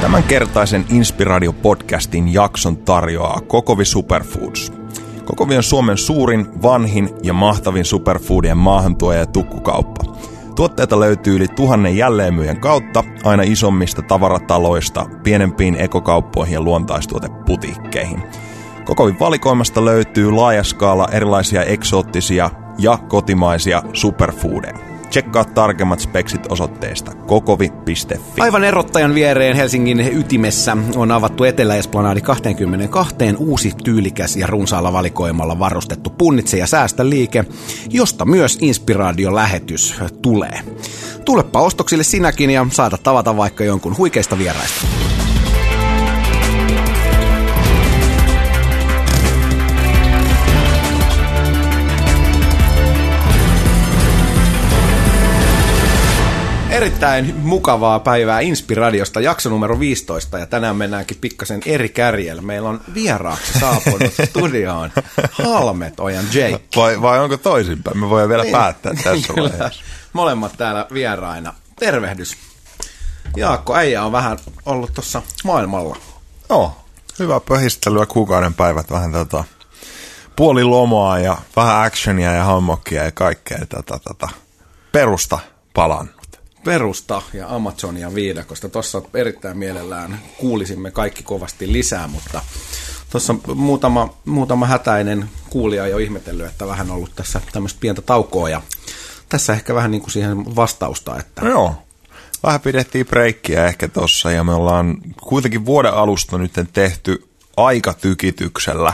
Tämänkertaisen Inspiradio-podcastin jakson tarjoaa Kokovi Superfoods. Kokovi on Suomen suurin, vanhin ja mahtavin superfoodien maahantuoja ja tukkukauppa. Tuotteita löytyy yli 1000 jälleenmyyjän kautta, aina isommista tavarataloista, pienempiin ekokauppoihin ja luontaistuoteputiikkeihin. Kokovin valikoimasta löytyy laaja skaala erilaisia eksoottisia ja kotimaisia superfoodeja. Tsekkaa tarkemmat speksit osoitteesta kokovi.fi. Aivan erottajan viereen Helsingin ytimessä on avattu Etelä-Esplanadi 22 uusi tyylikäs ja runsaalla valikoimalla varustettu punnitse ja säästä liike, josta myös Inspiradio-lähetys tulee. Tulepa ostoksille sinäkin ja saata tavata vaikka jonkun huikeista vieraista. Erittäin mukavaa päivää Inspiradiosta, jakso numero 15, ja tänään mennäänkin pikkasen eri kärjellä. Meillä on vieraaksi saapunut studioon Halmet Ojan Jake. Vai onko toisinpäin? Me voidaan vielä päättää tässä vaiheessa. Molemmat täällä vieraina. Tervehdys. Jaakko, äijä on vähän ollut tuossa maailmalla. Hyvä pöhistelyä, kuukauden päivät, vähän puoli lomaa ja vähän actionia ja hammokkia ja kaikkea perusta palannut. Perusta ja Amazonia viidakosta. Tuossa erittäin mielellään kuulisimme kaikki kovasti lisää, mutta tuossa muutama hätäinen kuulija jo ihmetellyt, että vähän ollut tässä tämmöistä pientä taukoa ja tässä ehkä vähän niin kuin siihen vastausta. Että... Joo, vähän pidettiin breikkiä ehkä tuossa ja me ollaan kuitenkin vuoden alusta nyt tehty aikatykityksellä.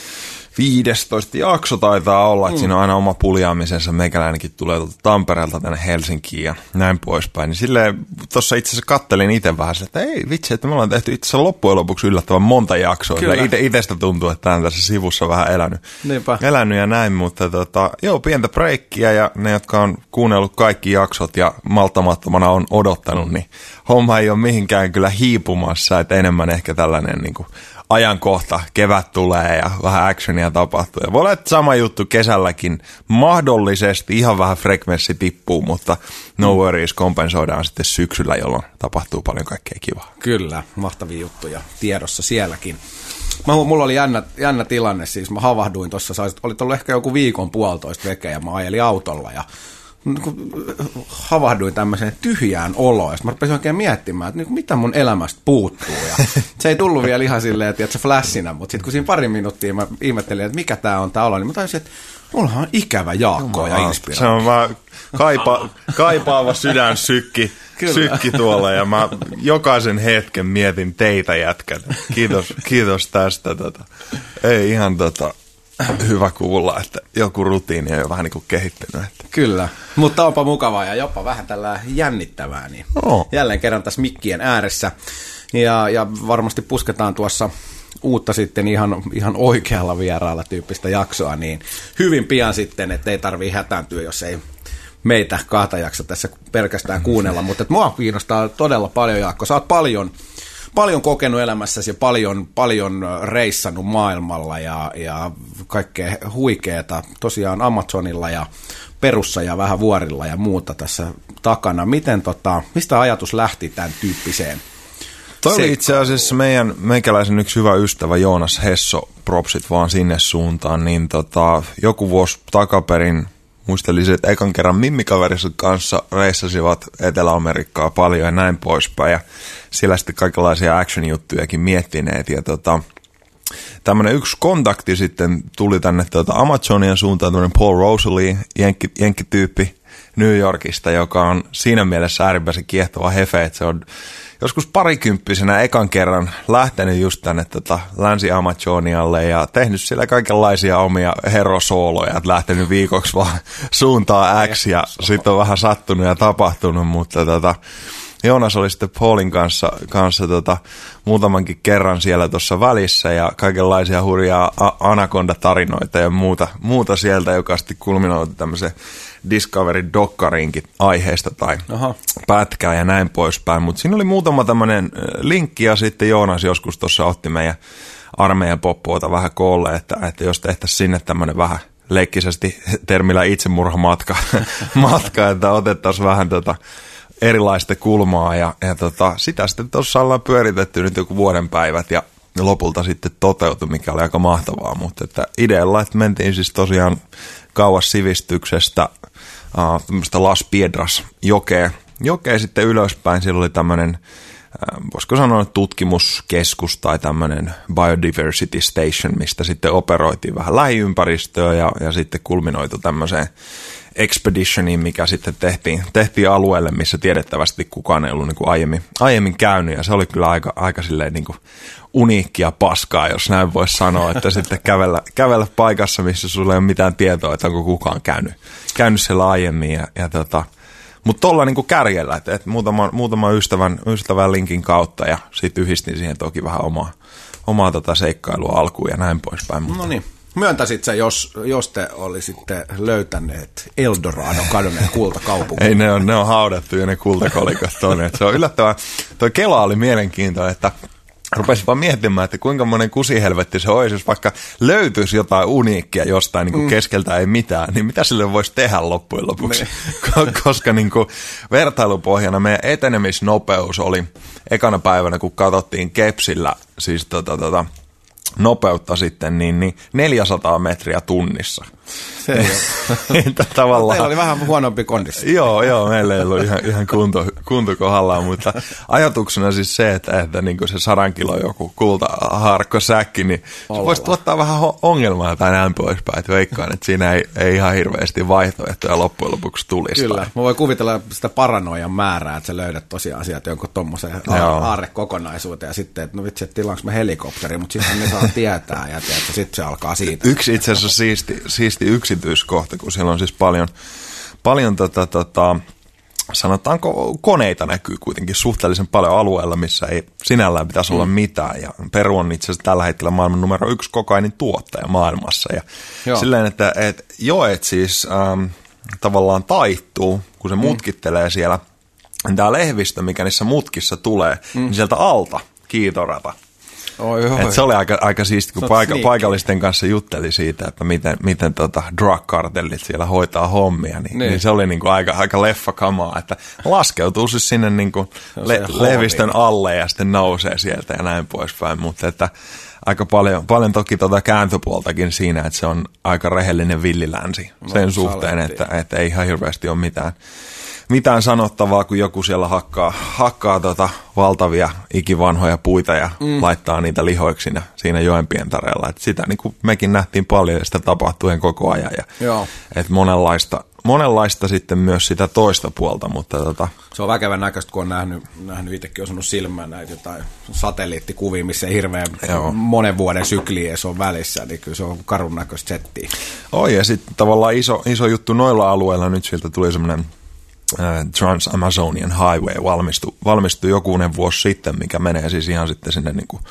15 jakso taitaa olla, että siinä on aina oma puljaamisensa. Meikäläinenkin tulee Tampereelta tänne Helsinkiin ja näin poispäin. Niin silleen tuossa itse asiassa kattelin itse vähän, että ei vitsi, että me ollaan tehty itse asiassa loppujen lopuksi yllättävän monta jaksoa. Itsestä tuntuu, että tämä on tässä sivussa vähän elänyt ja näin, mutta pientä breikkiä ja ne, jotka on kuunnellut kaikki jaksot ja malttamattomana on odottanut, niin homma ei ole mihinkään kyllä hiipumassa, että enemmän ehkä tällainen niin kuin ajankohta, kevät tulee ja vähän actionia tapahtuu. Ja voi olla, että sama juttu kesälläkin mahdollisesti, ihan vähän frekvenssi tippuu, mutta no worries, kompensoidaan sitten syksyllä, jolloin tapahtuu paljon kaikkea kivaa. Kyllä, mahtavia juttuja tiedossa sielläkin. Mulla oli jännä tilanne, siis mä havahduin tuossa, olit ollut ehkä joku viikon puolitoista vekeä ja mä ajelin autolla ja havahduin tämmöiseen tyhjään oloon, ja mä rupesin oikein miettimään, että mitä mun elämästä puuttuu. Ja se ei tullut vielä ihan silleen, että se flashinä, mutta sitten kun siinä pari minuuttia mä ihmettelin, että mikä tää on tää olo, niin mä tajusin, että mullahan on ikävä Jaakko ja Inspiraatio. Se on vaan kaipaava sydän sykki tuolla, ja mä jokaisen hetken mietin teitä jätkät. Kiitos tästä. Ei ihan hyvä kuulla, että joku rutiini on jo vähän niin kuin kehittynyt. Että. Kyllä, mutta onpa mukavaa ja jopa vähän tällä jännittävää, niin jälleen kerran tässä mikkien ääressä. Ja varmasti pusketaan tuossa uutta sitten ihan oikealla vieraalla tyyppistä jaksoa, niin hyvin pian sitten, että ei tarvitse hätääntyä, jos ei meitä kahta jaksa tässä pelkästään kuunnella. Mutta mua kiinnostaa todella paljon, Jaakko. Sä oot paljon kokenut elämässäsi ja paljon reissannut maailmalla ja kaikkea huikeeta tosiaan Amazonilla ja Perussa ja vähän vuorilla ja muuta tässä takana. Mistä ajatus lähti tämän tyyppiseen? Toi oli itse asiassa meikäläisen yksi hyvä ystävä Joonas Hesso, propsit vaan sinne suuntaan, niin joku vuosi takaperin muistelisin, että ekan kerran mimmikaverissa kanssa reissasivat Etelä-Amerikkaa paljon ja näin poispäin. Ja siellä sitten kaikenlaisia action-juttujakin miettineet. Ja tämmöinen yksi kontakti sitten tuli tänne Amazonian suuntaan, tämmöinen Paul Rosalie, jenkkityyppi New Yorkista, joka on siinä mielessä äärimmäisen kiehtova hefe, että se on joskus parikymppisenä ekan kerran lähtenyt just tänne Länsi-Amazonialle ja tehnyt siellä kaikenlaisia omia herosooloja, että lähtenyt viikoksi vaan suuntaan X ja sitten on vähän sattunut ja tapahtunut, mutta Joonas oli sitten Paulin kanssa muutamankin kerran siellä tuossa välissä ja kaikenlaisia hurjaa anakonda-tarinoita ja muuta sieltä, joka sitten kulminoitu tämmöisen Discovery-dokkariinkin aiheesta tai pätkää ja näin poispäin. Mutta siinä oli muutama tämmöinen linkki ja sitten Joonas joskus tuossa otti meidän armeijan poppoota vähän koolle, että jos tehtäisiin sinne tämmöinen vähän leikkisesti termillä itsemurhamatka, että otettaisiin vähän erilaista kulmaa ja sitä sitten tuossa ollaan pyöritetty nyt joku vuoden päivät ja lopulta sitten toteutui, mikä oli aika mahtavaa, mutta että idealla, että mentiin siis tosiaan kauas sivistyksestä tämmöistä Las Piedras jokea sitten ylöspäin. Siellä oli tämmöinen, voisiko sanoa tutkimuskeskus tai tämmöinen biodiversity station, mistä sitten operoitiin vähän lähiympäristöä ja sitten kulminoitu tämmöiseen expeditioniin, mikä sitten tehtiin alueelle, missä tiedettävästi kukaan ei ollut niin kuin aiemmin käynyt, ja se oli kyllä aika silleen niin kuin uniikkia paskaa, jos näin voisi sanoa, että sitten kävellä paikassa, missä sulla ei ole mitään tietoa, että onko kukaan käynyt siellä aiemmin, mutta tuolla niin kuin kärjellä, että muutama ystävän linkin kautta, ja sitten yhdistin siihen toki vähän omaa seikkailua alkuun ja näin poispäin. Mutta... No niin. Myöntäisit sä, jos te olisitte löytäneet Eldoradon kadonneen kultakaupungin? Ei, ne on haudattu jo ne kultakolikot tuonne. Se on yllättävän, toi Kela oli mielenkiintoinen, että rupesin vaan miettimään, että kuinka monen kusihelvetti se olisi, jos vaikka löytyisi jotain uniikkia jostain niin kuin keskeltä ei mitään, niin mitä sille voisi tehdä loppujen lopuksi? Koska niin kuin vertailupohjana meidän etenemisnopeus oli ekana päivänä, kun katsottiin kepsillä, siis nopeutta sitten, niin 400 metriä tunnissa. Tavallaan... Teillä oli vähän huonompi kondissio. Joo, meillä ei ollut ihan kunto kohdallaan, mutta ajatuksena siis se, että niin kuin se 100 kiloa joku kultaharkkosäkki, niin se voisi tuottaa vähän ongelmaa tai näin poispäin. Että veikkaan, että siinä ei ihan hirveästi vaihtoehtoja loppujen lopuksi tulisi. Kyllä, mä voin kuvitella sitä paranoian määrää, että sä löydät tosiaan asiat jonkun tommoisen aarrekokonaisuuteen ja sitten, että no vitsi, että tilaanko mä helikopteri, mutta sitten ne saa tietää ja sitten se alkaa siitä. Yksi itse asiassa siisti yksityiskohta, kun siellä on siis paljon sanotaanko koneita näkyy kuitenkin suhteellisen paljon alueella, missä ei sinällään pitäisi olla mitään. Ja Peru on itse asiassa tällä hetkellä maailman numero 1 kokainin tuottaja maailmassa. Ja silleen, että joet siis tavallaan taittuu, kun se mutkittelee siellä. Tämä lehvistö, mikä niissä mutkissa tulee, niin sieltä alta kiitorata. Et se oli aika siisti, kun paikallisten kanssa jutteli siitä, että miten drug-kartellit siellä hoitaa hommia, niin se oli niinku aika leffakamaa, että laskeutuu siis sinne niinku lehvistön alle ja sitten nousee sieltä ja näin poispäin, mutta että aika paljon toki kääntöpuoltakin siinä, että se on aika rehellinen villilänsi sen suhteen, että ei ihan hirveästi ole mitään sanottavaa, kun joku siellä hakkaa valtavia ikivanhoja puita ja laittaa niitä lihoiksi siinä joen pientareella. Et sitä niin kuin mekin nähtiin paljon ja sitä tapahtui koko ajan. Et monenlaista sitten myös sitä toista puolta. Mutta se on väkevän näköistä, kun on nähnyt itsekin osunut silmään näitä jotain satelliittikuvia, missä ei hirveän monen vuoden sykli edes on välissä, niin kyllä se on karun näköistä settiä. Ja sitten tavallaan iso juttu noilla alueilla, nyt sieltä tuli semmoinen Trans-Amazonian Highway valmistui jokunen vuosi sitten, mikä menee siis ihan sitten sinne niin kuin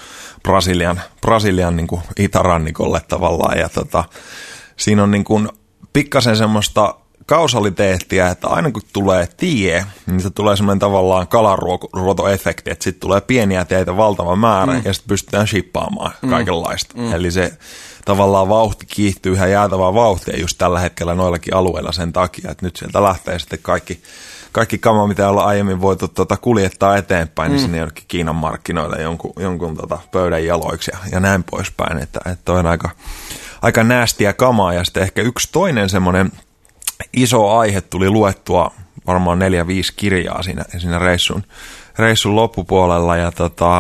Brasilian niin kuin itärannikolle tavallaan. Ja siinä on niin kuin pikkasen semmoista kausaliteettia, että aina kun tulee tie, niin se tulee semmoinen tavallaan kalaruotoefekti, että sitten tulee pieniä teitä valtava määrä ja sitten pystytään shippaamaan kaikenlaista. Eli se tavallaan vauhti kiihtyy ihan jäätävää vauhtia just tällä hetkellä noillakin alueilla sen takia, että nyt sieltä lähtee sitten kaikki kama, mitä ollaan aiemmin voitu kuljettaa eteenpäin, niin sinne jonnekin Kiinan markkinoille jonkun pöydän jaloiksi ja näin poispäin, että on aika näästiä kamaa ja sitten ehkä yksi toinen semmoinen iso aihe tuli luettua varmaan 4-5 kirjaa siinä reissun loppupuolella ja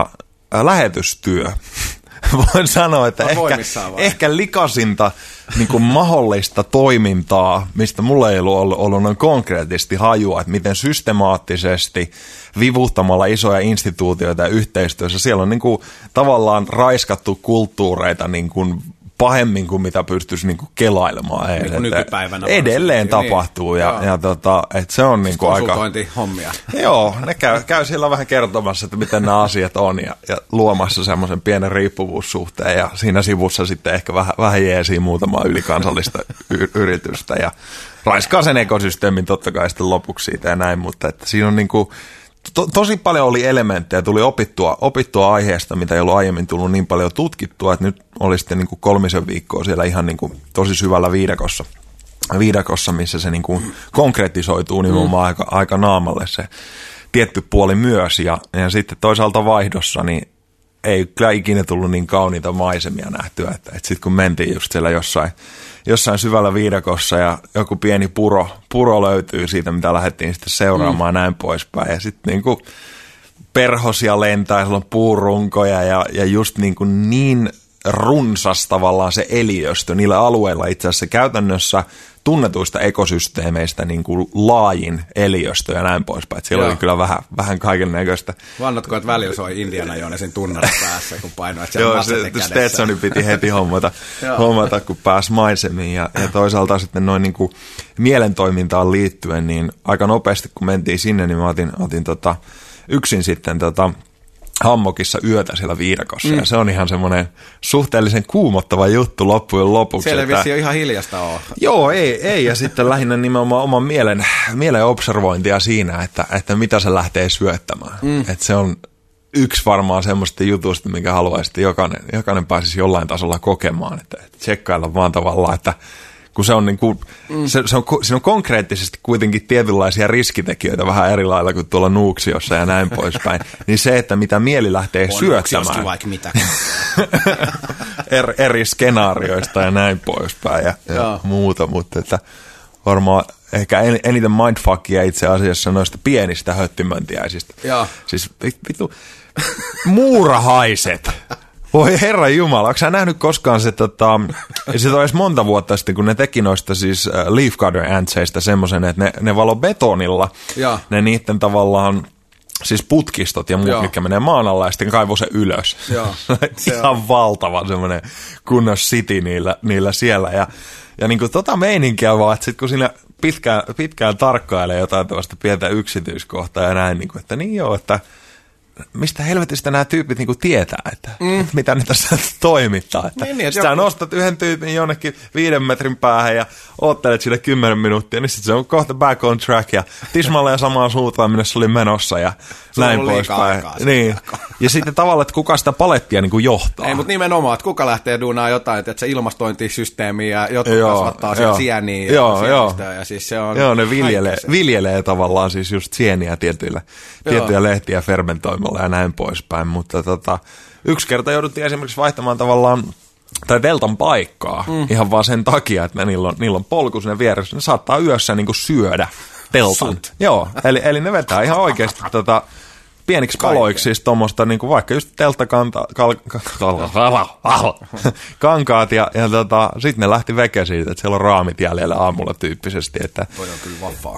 lähetystyö. Voin sanoa, että ehkä likasinta niin kuin mahdollista toimintaa, mistä mulla ei ollut noin konkreettisesti hajua, että miten systemaattisesti vivuttamalla isoja instituutioita ja yhteistyössä siellä on niin kuin tavallaan raiskattu kulttuureita niin kuin pahemmin kuin mitä pystyisi niinku kelailemaan. Niin kuin nykypäivänä. Edelleen tapahtuu. Ja että se on niinku aika... Konsultointihommia. Joo, ne käy siellä vähän kertomassa, että miten nämä asiat on ja luomassa semmoisen pienen riippuvuussuhteen ja siinä sivussa sitten ehkä vähän jeesiä muutamaa ylikansallista yritystä ja raiskaa sen ekosysteemin totta kai sitten lopuksi siitä ja näin, mutta että siinä on niinku... Tosi paljon oli elementtejä, tuli opittua aiheesta, mitä ei ollut aiemmin tullut niin paljon tutkittua, että nyt oli sitten niin kuin 3 viikkoa siellä ihan niin kuin tosi syvällä viidakossa viidakossa, missä se niin kuin konkretisoituu nimenomaan aika naamalle se tietty puoli myös. Ja sitten toisaalta vaihdossa, niin ei kyllä ikinä tullut niin kauniita maisemia nähtyä, että sitten kun mentiin just siellä jossain syvällä viidakossa ja joku pieni puro löytyy siitä, mitä lähdettiin sitten seuraamaan näin poispäin. Ja sitten niin kuin perhosia lentää, siellä on puurunkoja ja just niin runsas tavallaan se eliöstö niillä alueilla itse asiassa käytännössä tunnetuista ekosysteemeistä niin kuin laajin eliöstö ja näin poispäin. Et siellä oli kyllä vähän kaiken näköistä. Vannotko, että välillä soi Indiana Jonesin tunnari päässä, kun painoit sen joo, se Stetsoni piti heti hommata, kun pääsi maisemiin. Ja toisaalta sitten noin niin kuin mielentoimintaan liittyen, niin aika nopeasti kun mentiin sinne, niin mä otin yksin sitten hammokissa yötä siellä viidakossa. Ja se on ihan semmoinen suhteellisen kuumottava juttu loppujen lopuksi. Siellä ei vissiin ihan hiljasta ole. Joo, ei. Ja sitten lähinnä nimenomaan oman mielen observointia siinä, että mitä se lähtee syöttämään. Että se on yksi varmaan semmoista jutusta, mikä haluaisi, että jokainen pääsisi jollain tasolla kokemaan. Että tsekkailla vaan tavallaan, että kun se on niin kuin, siinä on konkreettisesti kuitenkin tietynlaisia riskitekijöitä vähän eri lailla kuin tuolla Nuuksiossa ja näin poispäin, niin se, että mitä mieli lähtee syöttämään. On vaikka mitä. eri skenaarioista ja näin poispäin ja muuta, mutta että varmaan ehkä eniten mindfuckia itse asiassa noista pienistä höttimöntiäisistä. Siis vittu, muurahaiset. Voi herran jumala, onko sä nähnyt koskaan se on edes monta vuotta sitten, kun ne teki noista siis leafcutter antseista semmoisen, että ne valo betonilla, ne niiden tavallaan siis putkistot ja muut, mitkä menee maan alla ja sitten kaivoi se ylös. Ihan valtava semmoinen kunnon city niillä siellä ja niin kuin meininkiä vaan, että sitten kun siinä pitkään tarkkailee jotain tällaista pientä yksityiskohtaa ja näin, niin kuin, että niin joo, että mistä helvetistä nämä tyypit niinku tietää, että mitä ne tässä toimittaa. Että niin, sä nostat yhden tyypin jonnekin 5 metrin päähän ja oottelet sille 10 minuuttia, niin sitten se on kohta back on track ja tismalleen samaan suuntaan, minne se oli menossa ja näin poispäin. Niin. Ja sitten tavallaan, että kuka sitä palettia niinku johtaa. Ei, mutta nimenomaan, että kuka lähtee duunaan jotain, että se ilmastointisysteemi ja jotkut kasvattaa sen sieniä ja siis se on... Joo, ne viljelee tavallaan siis just sieniä tiettyjä lehtiä fermentoimalla ja näin poispäin, mutta yksi kerta jouduttiin esimerkiksi vaihtamaan tavallaan tai teltan paikkaa ihan vaan sen takia, että niillä on polku sinne vieressä, ne saattaa yössä niinku syödä teltan. Joo, eli ne vetää ihan oikeasti pieniksi paloiksi siis tuommoista, niinku vaikka just kankaat ja sitten ne lähti veke siitä, että siellä on raamit jäljellä aamulla tyyppisesti. Että, toi on kyllä vaffaa.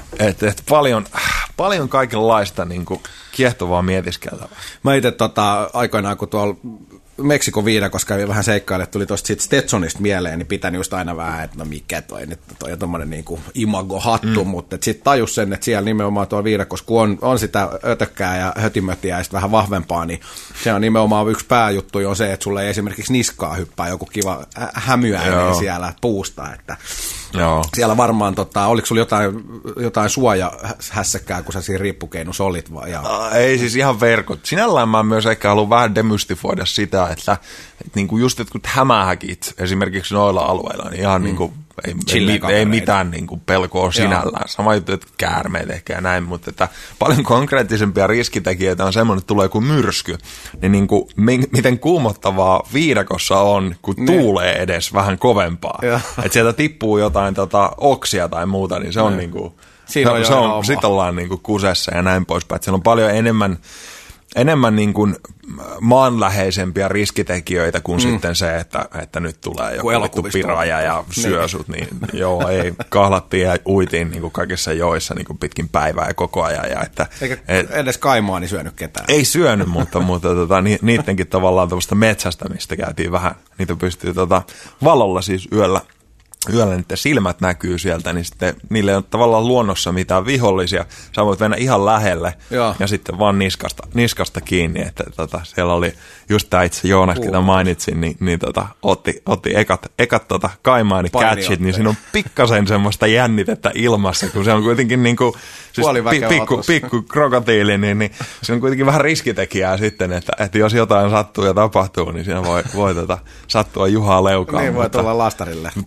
Paljon kaikenlaista niinku kiehtovaa mietiskeltävää. Mä itse aikoinaan, kun tuolla Meksikon viidakossa kävi vähän seikkaille, tuli tuosta Stetsonista mieleen, niin pitän just aina vähän, että no mikä toi on tommonen niinku imago-hattu, mutta sitten tajus sen, että siellä nimenomaan tuolla viidakossa, kun on sitä ötökkää ja hötimötiä ja sitten vähän vahvempaa, niin se on nimenomaan yksi pääjuttu on se, että sulle ei esimerkiksi niskaa hyppää joku kiva hämyäinen siellä puusta, että siellä varmaan, oliko sulla jotain suojahässäkkää, kun sä siinä riippukeinussa olit? Ei siis ihan verkot. Sinällään mä myös ehkä haluan vähän demystifoida sitä, että niinku just jotkut hämähäkit esimerkiksi noilla alueilla, niin ihan niinku ei mitään niinku pelkoa sinällään. Sama juttu, että käärmeet ehkä ja näin, mutta että paljon konkreettisempia riskitekijöitä on semmoinen, että tulee kuin myrsky. Niin niinku, miten kuumottavaa viidakossa on, kun tuulee edes vähän kovempaa. Että sieltä tippuu jotain oksia tai muuta, niin se on niinku... Sitten ollaan niinku kusessa ja näin poispäin. Että siellä on paljon enemmän niin kuin maanläheisempiä riskitekijöitä kuin sitten se, että nyt tulee joku piraaja ja syö sut, niin joo, ei, kahlattiin ja uitiin niin kuin kaikissa joissa niin kuin pitkin päivää ja koko ajan. Ja eikä edes kaimaani syönyt ketään. Ei syönyt, mutta niidenkin tavallaan tällaista metsästämistä käytiin vähän, niitä pystyy valolla siis yöllä niiden silmät näkyy sieltä, niin sitten niille ei ole tavallaan luonnossa mitään vihollisia. Sä voit mennä ihan lähelle ja sitten vaan niskasta kiinni. Että siellä oli just tämä itse Joonas, ketä mainitsin, niin otti ekat kaimaani catchit, niin siinä on pikkasen semmoista jännitettä ilmassa, kun se on kuitenkin niinku, siis pikku krokotiili, niin se on kuitenkin vähän riskitekijää sitten, että jos jotain sattuu ja tapahtuu, niin siinä voi sattua Juhaa leukaan. Niin voi tulla lastarille. Tosi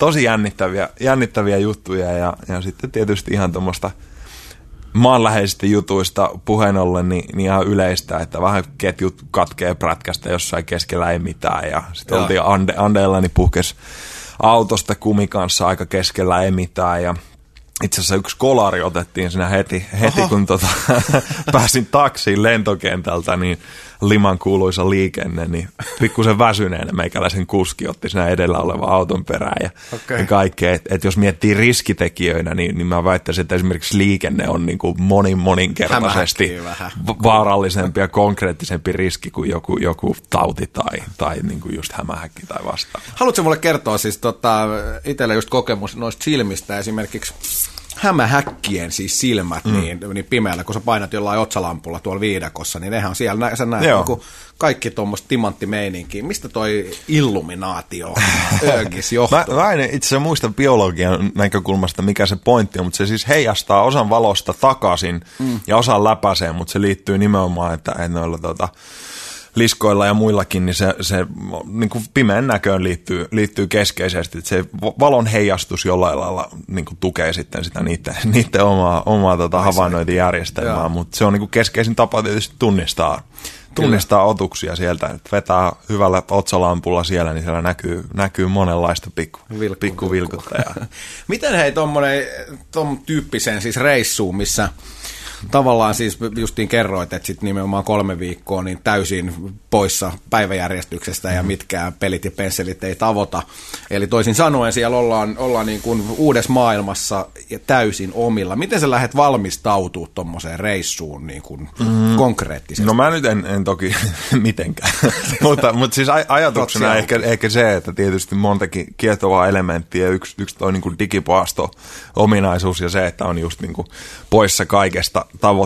tosi jännittäviä juttuja ja sitten tietysti ihan tuommoista maanläheisistä jutuista puheen ollen niin ihan yleistä, että vähän ketjut katkee prätkästä jossain keskellä ei mitään ja sitten oltiin Andeella, niin puhkesi autosta kumikanssa aika keskellä ei mitään ja itse asiassa yksi kolari otettiin siinä heti kun pääsin taksiin lentokentältä, niin Liman kuuluisa liikenne, niin pikkusen väsyneenä meikäläisen kuski otti siinä edellä olevan auton perään ja kaikkea. Että jos miettii riskitekijöinä, niin mä väittäisin, että esimerkiksi liikenne on niin kuin moninkertaisesti vaarallisempi ja konkreettisempi riski kuin joku tauti tai niin kuin just hämähäkki tai vastaava. Haluatko mulle kertoa siis itselle just kokemus noista silmistä esimerkiksi hämähäkkien siis silmät niin pimeällä, kun sä painat jollain otsalampulla tuolla viidakossa, niin nehän on siellä, sä näet niin kaikki tuommoista timanttimeininkiä. Mistä toi illuminaatio öökis johtuu? Mä en itse asiassa muista biologian näkökulmasta, mikä se pointti on, mutta se siis heijastaa osan valosta takaisin ja osan läpäisee, mutta se liittyy nimenomaan, että noilla liskoilla ja muillakin, niin se niin kuin pimeän näköön liittyy keskeisesti. Että se valon heijastus jollain lailla niin kuin tukee sitten sitä niiden omaa havainnointijärjestelmää, mutta se on niin kuin keskeisin tapa tietysti tunnistaa otuksia sieltä. Että vetää hyvällä otsalampulla siellä, niin siellä näkyy monenlaista pikku vilkuttajaa. Miten hei ton tyyppisen siis reissuun, missä tavallaan siis justiin kerroit, että sitten nimenomaan 3 viikkoa niin täysin poissa päiväjärjestyksestä ja mitkään pelit ja pensselit ei tavoita. Eli toisin sanoen siellä ollaan niin kuin uudessa maailmassa ja täysin omilla. Miten sä lähdet valmistautumaan tuommoiseen reissuun niin kuin konkreettisesti? No mä nyt en toki mitenkään, mutta siis ajatuksena ehkä se, että tietysti montakin kiehtovaa elementtiä ja yksi toi niin kuin digipaasto-ominaisuus ja se, että on just niin kuin poissa kaikesta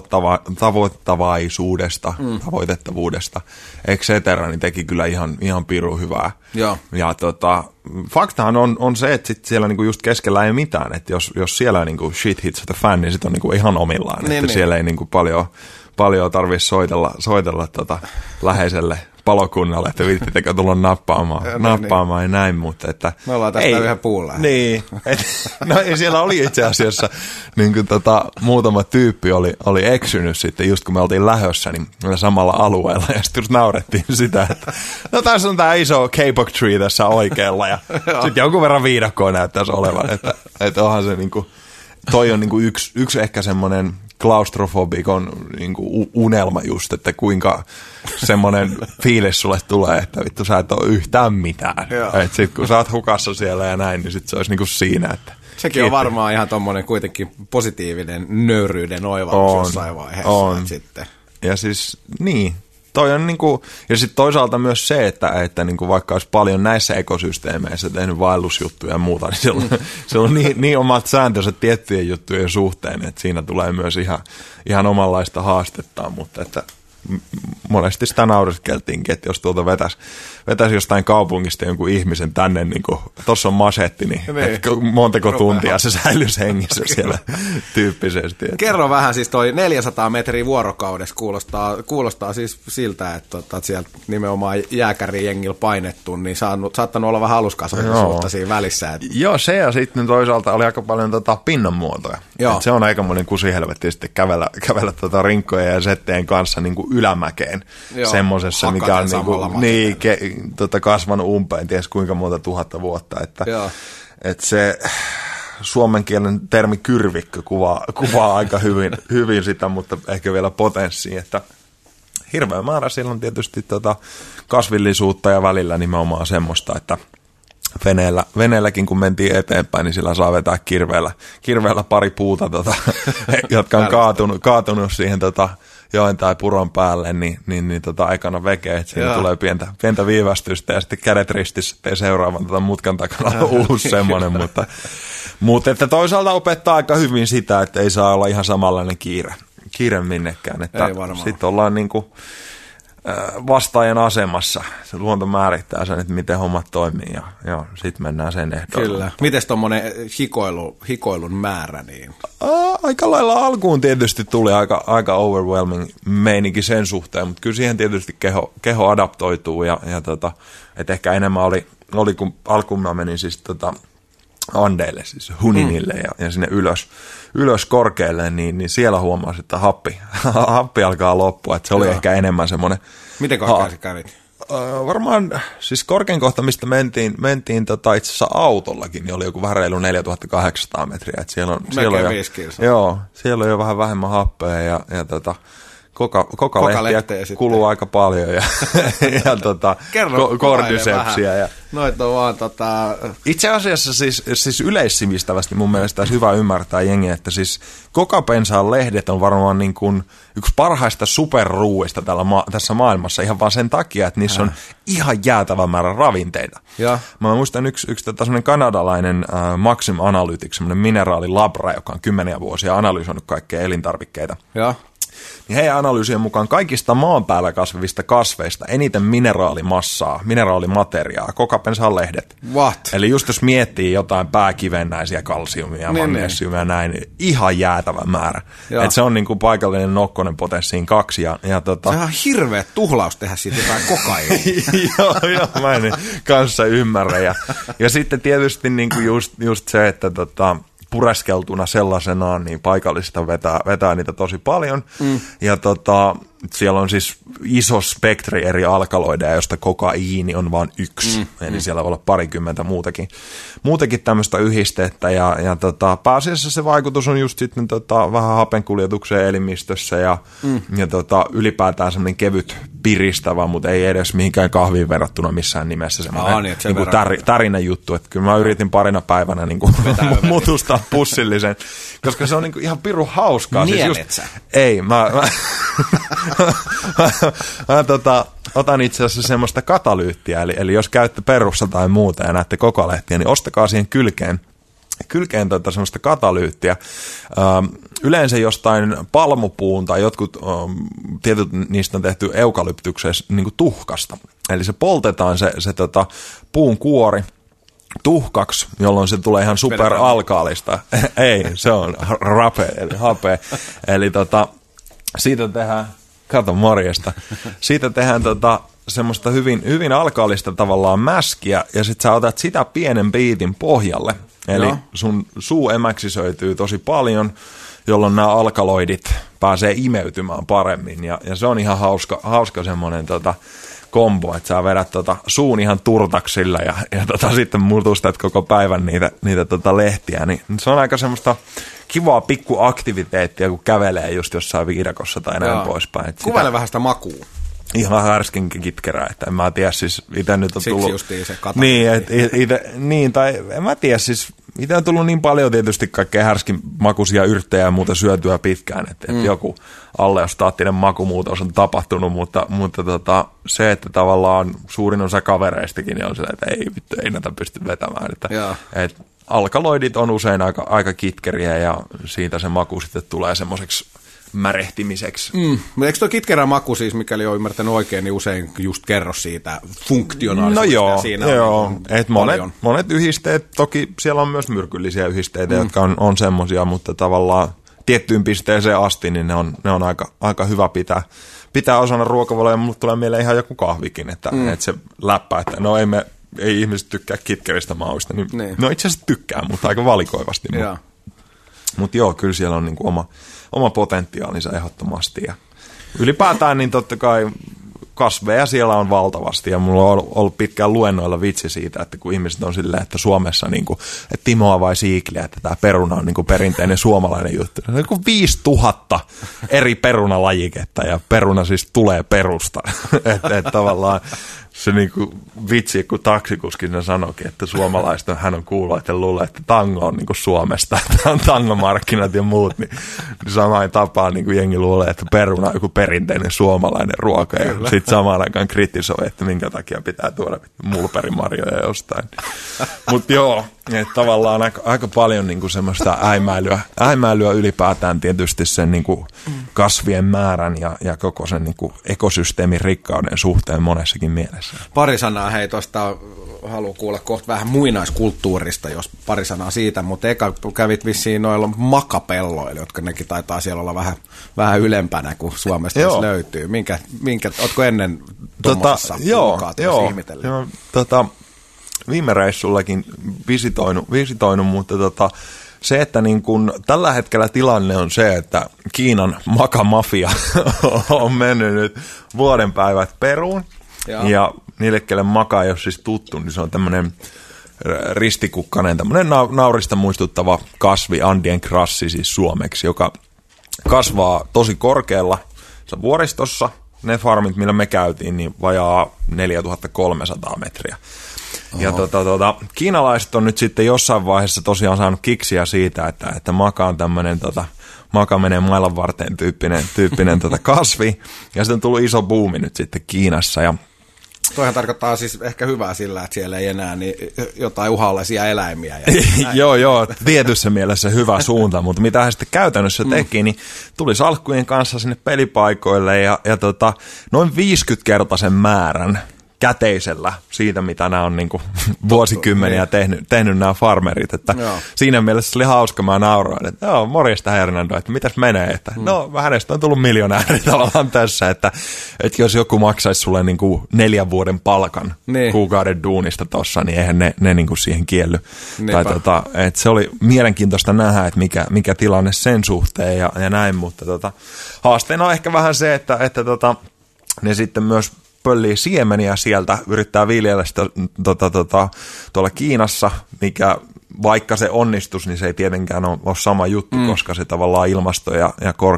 tavoittavaisuudesta, tavoitettavuudesta, et cetera, niin teki kyllä ihan pirun hyvää. Joo. Ja faktahan on se, että sit siellä niinku just keskellä ei mitään, että jos siellä niinku shit hits the fan, niin sit on niinku ihan omillaan, että siellä ei niinku paljon tarvitse soitella läheiselle palokunnalle, että viittitekö tulla nappaamaan ja näin, mutta että me ollaan tästä yhden puulla. Niin, no siellä oli itse asiassa niin kuin muutama tyyppi oli eksynyt sitten, just kun me oltiin lähössä, niin samalla alueella, ja sitten just naurettiin sitä, että no tässä on tämä iso K-pop tree tässä oikealla, ja sitten jonkun verran viidakkoa näyttäisi olevan, että onhan se niinku, toi on niinku yksi ehkä semmoinen klaustrofobikon niinku unelma just, että kuinka semmoinen fiilis sulle tulee, että vittu sä et ole yhtään mitään. Että sit kun sä oot hukassa siellä ja näin, niin sit se olisi niinku siinä, että sekin on varmaan ihan tommonen kuitenkin positiivinen nöyryyden oivallus jossain vaiheessa. On. Sitten. Ja siis niin, toi on niinku, ja sitten toisaalta myös se, että niinku vaikka olisi paljon näissä ekosysteemeissä tehnyt vaellusjuttuja ja muuta, niin se on niin omat sääntönsä tiettyjen juttujen suhteen, että siinä tulee myös ihan omanlaista haastetta, mutta että monesti sitä nauriskeltiinkin, että jos tuolta vetäisi jostain kaupungista jonkun ihmisen tänne, niin kuin tuossa on masetti, niin montako tuntia se säilyisi hengissä siellä tyyppisesti. Kerro vähän, siis toi 400 metriä vuorokaudessa kuulostaa siis siltä, että sieltä nimenomaan jääkärijengillä painettu, niin saattanut olla vähän aluskasvaisuutta siinä välissä. Että joo, se ja sitten toisaalta oli aika paljon pinnanmuotoja. Se on aikamoinen kusihelvetti sitten kävellä rinkkoja ja setteen kanssa niin kuin ylämäkeen. Semmoisessa, mikä on kasvanut umpeen, ties kuinka monta tuhatta vuotta. Että se suomen kielen termi kyrvikkö kuvaa aika hyvin sitä, mutta ehkä vielä potenssiin, että hirveä määrä siellä on tietysti kasvillisuutta ja välillä nimenomaan semmoista, että veneelläkin kun mentiin eteenpäin, niin sillä saa vetää kirveellä pari puuta, jotka on kaatunut siihen joen tai puron päälle, niin aikana vekee, että siinä tulee pientä viivästystä ja sitten kädet ristissä ettei seuraavan mutkan takana uusi semmoinen, mutta että toisaalta opettaa aika hyvin sitä, että ei saa olla ihan samanlainen kiire minnekään, että sitten ollaan niinku vastaajan asemassa. Se luonto määrittää sen, että miten hommat toimii ja sitten mennään sen ehdolle. Kyllä. Mites tommonen hikoilun määrä? Niin? Aika lailla alkuun tietysti tuli aika overwhelming meininki sen suhteen, mutta kyllä siihen tietysti keho adaptoituu ja että ehkä enemmän oli kun alkuun mä menin siis Andeille, siis Huninille ja sinne ylös korkealle, niin siellä huomasi, että happi alkaa loppua, että se oli ehkä enemmän semmoinen. Miten korkeasti kävit? Varmaan, siis korkein kohta, mistä mentiin itse asiassa autollakin, niin oli joku vähän reilu 4800 metriä. Että siellä on jo vähän vähemmän happea ja kokalehtiä kuluu aika paljon ja kordycepsiä. Ja noit on vaan Itse asiassa siis yleissivistävästi mun mielestä olisi hyvä ymmärtää jengiä, että siis kokapensaan lehdet on varmaan niin kuin yksi parhaista superruuista tässä maailmassa ihan vaan sen takia, että niissä on ihan jäätävä määrä ravinteita. Ja. Mä muistan yksi semmoinen kanadalainen Maxim Analytics, semmoinen mineraalilabra, joka on 10 vuosia analysoinut kaikkea elintarvikkeita. Ja. Niin heidän analyysien mukaan kaikista maan päällä kasvavista kasveista eniten mineraalimateriaa, kokapensaan lehdet. What? Eli just jos miettii jotain pääkivennäisiä, kalsiumia, magnesiumia ja näin, niin ihan jäätävä määrä. Että se on niinku paikallinen nokkonen potenssiin 2. Sehän on hirveä tuhlaus tehdä siitä jotain kokainia. joo, mä en kanssa ymmärrä. Ja sitten tietysti niinku just se, että pureskeltuna sellaisenaan, niin paikallista vetää niitä tosi paljon. Ja siellä on siis iso spektri eri alkaloideja, josta kokaiini on vain yksi. Eli siellä voi olla 20 muutakin tämmöistä yhdistettä. Ja pääasiassa se vaikutus on just sitten vähän hapenkuljetukseen elimistössä ja ylipäätään semmoinen kevyt piristävä, mutta ei edes mihinkään kahviin verrattuna missään nimessä semmoinen tärinä juttu. Että kyllä mä yritin parina päivänä mutustaa pussillisen, koska se on ihan pirun hauskaa. Nielet sä? Ei, mä otan itse asiassa semmoista katalyyttiä, eli jos käytte Perussa tai muuta ja näette kokalehtiä, niin ostakaa siihen kylkeen semmoista katalyyttiä. Yleensä jostain palmupuun tai jotkut tietyt niistä on tehty eukalyptyksessä niin kuin tuhkasta. Eli se poltetaan se puun kuori tuhkaksi, jolloin se tulee ihan superalkaalista. Ei, se on hapea. Eli siitä tehdään, kato morjesta, siitä tehdään semmoista hyvin alkaalista tavallaan mäskiä, ja sit sä otat sitä pienen biitin pohjalle. Eli sun suu emäksisöityy tosi paljon, jolloin nämä alkaloidit pääsee imeytymään paremmin, ja se on ihan hauska semmoinen kombo, että sä vedät suun ihan turtaksilla ja sitten mutustat koko päivän niitä lehtiä, niin se on aika semmoista kivaa pikkuaktiviteettia, kun kävelee just jossain viidakossa tai näin poispäin. Kuvaile vähän sitä makua. Ihan härskin kitkerää, että en mä tiedä, siis itse nyt on tullut. Siksi justiin se kata. Tai en mä tiedä, siis itse on tullut niin paljon tietysti kaikkea härskin makuisia yrttejä ja muuta syötyä pitkään, että joku alleostaattinen makumuutos on tapahtunut, mutta se, että tavallaan suurin osa kavereistakin niin on se, että ei näitä pysty vetämään, että alkaloidit on usein aika kitkeriä ja siitä se maku sitten tulee semmoiseksi märehtimiseksi. Eikö tuo kitkerä maku siis, mikäli on ymmärtänyt oikein, niin usein just kerro siitä funktionaalisuudesta? No siinä joo. Monet yhdisteet, toki siellä on myös myrkyllisiä yhdisteitä, jotka on semmoisia, mutta tavallaan tiettyyn pisteeseen asti, niin ne on aika hyvä pitää osana ruokavalioa, mutta tulee mieleen ihan joku kahvikin, että se läppää, että ei ihmiset tykkää kitkeristä mauista, niin no itse asiassa tykkää, mutta aika valikoivasti. Mutta joo, kyllä siellä on niinku oma potentiaalinsa ehdottomasti. Ja ylipäätään niin totta kai kasveja siellä on valtavasti ja mulla on ollut pitkään luennoilla vitsi siitä, että kun ihmiset on silleen, että Suomessa niinku, että Timoa vai siikliä, että tämä peruna on niinku perinteinen suomalainen juttu. Se on kuin 5000 eri perunalajiketta ja peruna siis tulee perusta. että tavallaan se niinku vitsi, kun taksikuski sanoikin, että suomalaista hän on kuullut, että luulee, että tango on niinku Suomesta, että on tangomarkkinat ja muut, niin samaan tapaan niinku jengi luulee, että peruna on joku perinteinen suomalainen ruoka ja sitten samaan aikaan kritisoi, että minkä takia pitää tuoda mulberimarjoja jostain. Mutta joo, että tavallaan aika paljon niinku semmoista äimäilyä ylipäätään tietysti sen niinku kasvien määrän ja koko sen niinku ekosysteemin rikkauden suhteen monessakin mielessä. Pari sanaa, hei, tuosta haluan kuulla kohta vähän muinaiskulttuurista, jos pari sanaa siitä, mutta eka kävit vissiin noilla makapelloilla, jotka nekin taitaa siellä olla vähän ylempänä kuin Suomesta löytyy. Ootko ennen tuommoisessa lokaatiossa ihmetellyt? viime reissullakin visitoinut, mutta se, että niin kun tällä hetkellä tilanne on se, että Kiinan makamafia on mennyt nyt vuoden päivät Peruun. Ja niille, kelle maka ei ole siis tuttu, niin se on tämmöinen ristikukkainen, tämmöinen naurista muistuttava kasvi, Andien grassi siis suomeksi, joka kasvaa tosi korkealla vuoristossa. Ne farmit, millä me käytiin, niin vajaa 4300 metriä. Oho. Ja kiinalaiset on nyt sitten jossain vaiheessa tosiaan saanut kiksiä siitä, että maka on tämmöinen maka menee mailan varteen tyyppinen kasvi. Ja sitten on tullut iso buumi nyt sitten Kiinassa. Ja toihan tarkoittaa siis ehkä hyvää sillä, että siellä ei enää niin jotain uhanlaisia eläimiä. Joo, tietyssä mielessä hyvä suunta, mutta mitä hän sitten käytännössä teki, niin tuli salkkujen kanssa sinne pelipaikoille ja noin 50-kertaisen määrän käteisellä siitä, mitä nämä on niinku vuosikymmeniä tehnyt nämä farmerit. Että siinä mielessä se oli hauska, mä nauroin, että morjesta Hernando, että mitäs menee, että hänestä on tullut miljonääri tavallaan tässä, että jos joku maksaisi sulle niinku 4 vuoden palkan kuukauden duunista tossa, niin eihän ne niinku siihen kielly. Että se oli mielenkiintoista nähdä, että mikä tilanne sen suhteen ja näin, mutta haasteena on ehkä vähän se, että ne sitten myös pöllii siemeniä sieltä, yrittää viljellä sitä tuolla Kiinassa, mikä vaikka se onnistus, niin se ei tietenkään ole sama juttu, koska se tavallaan ilmasto ja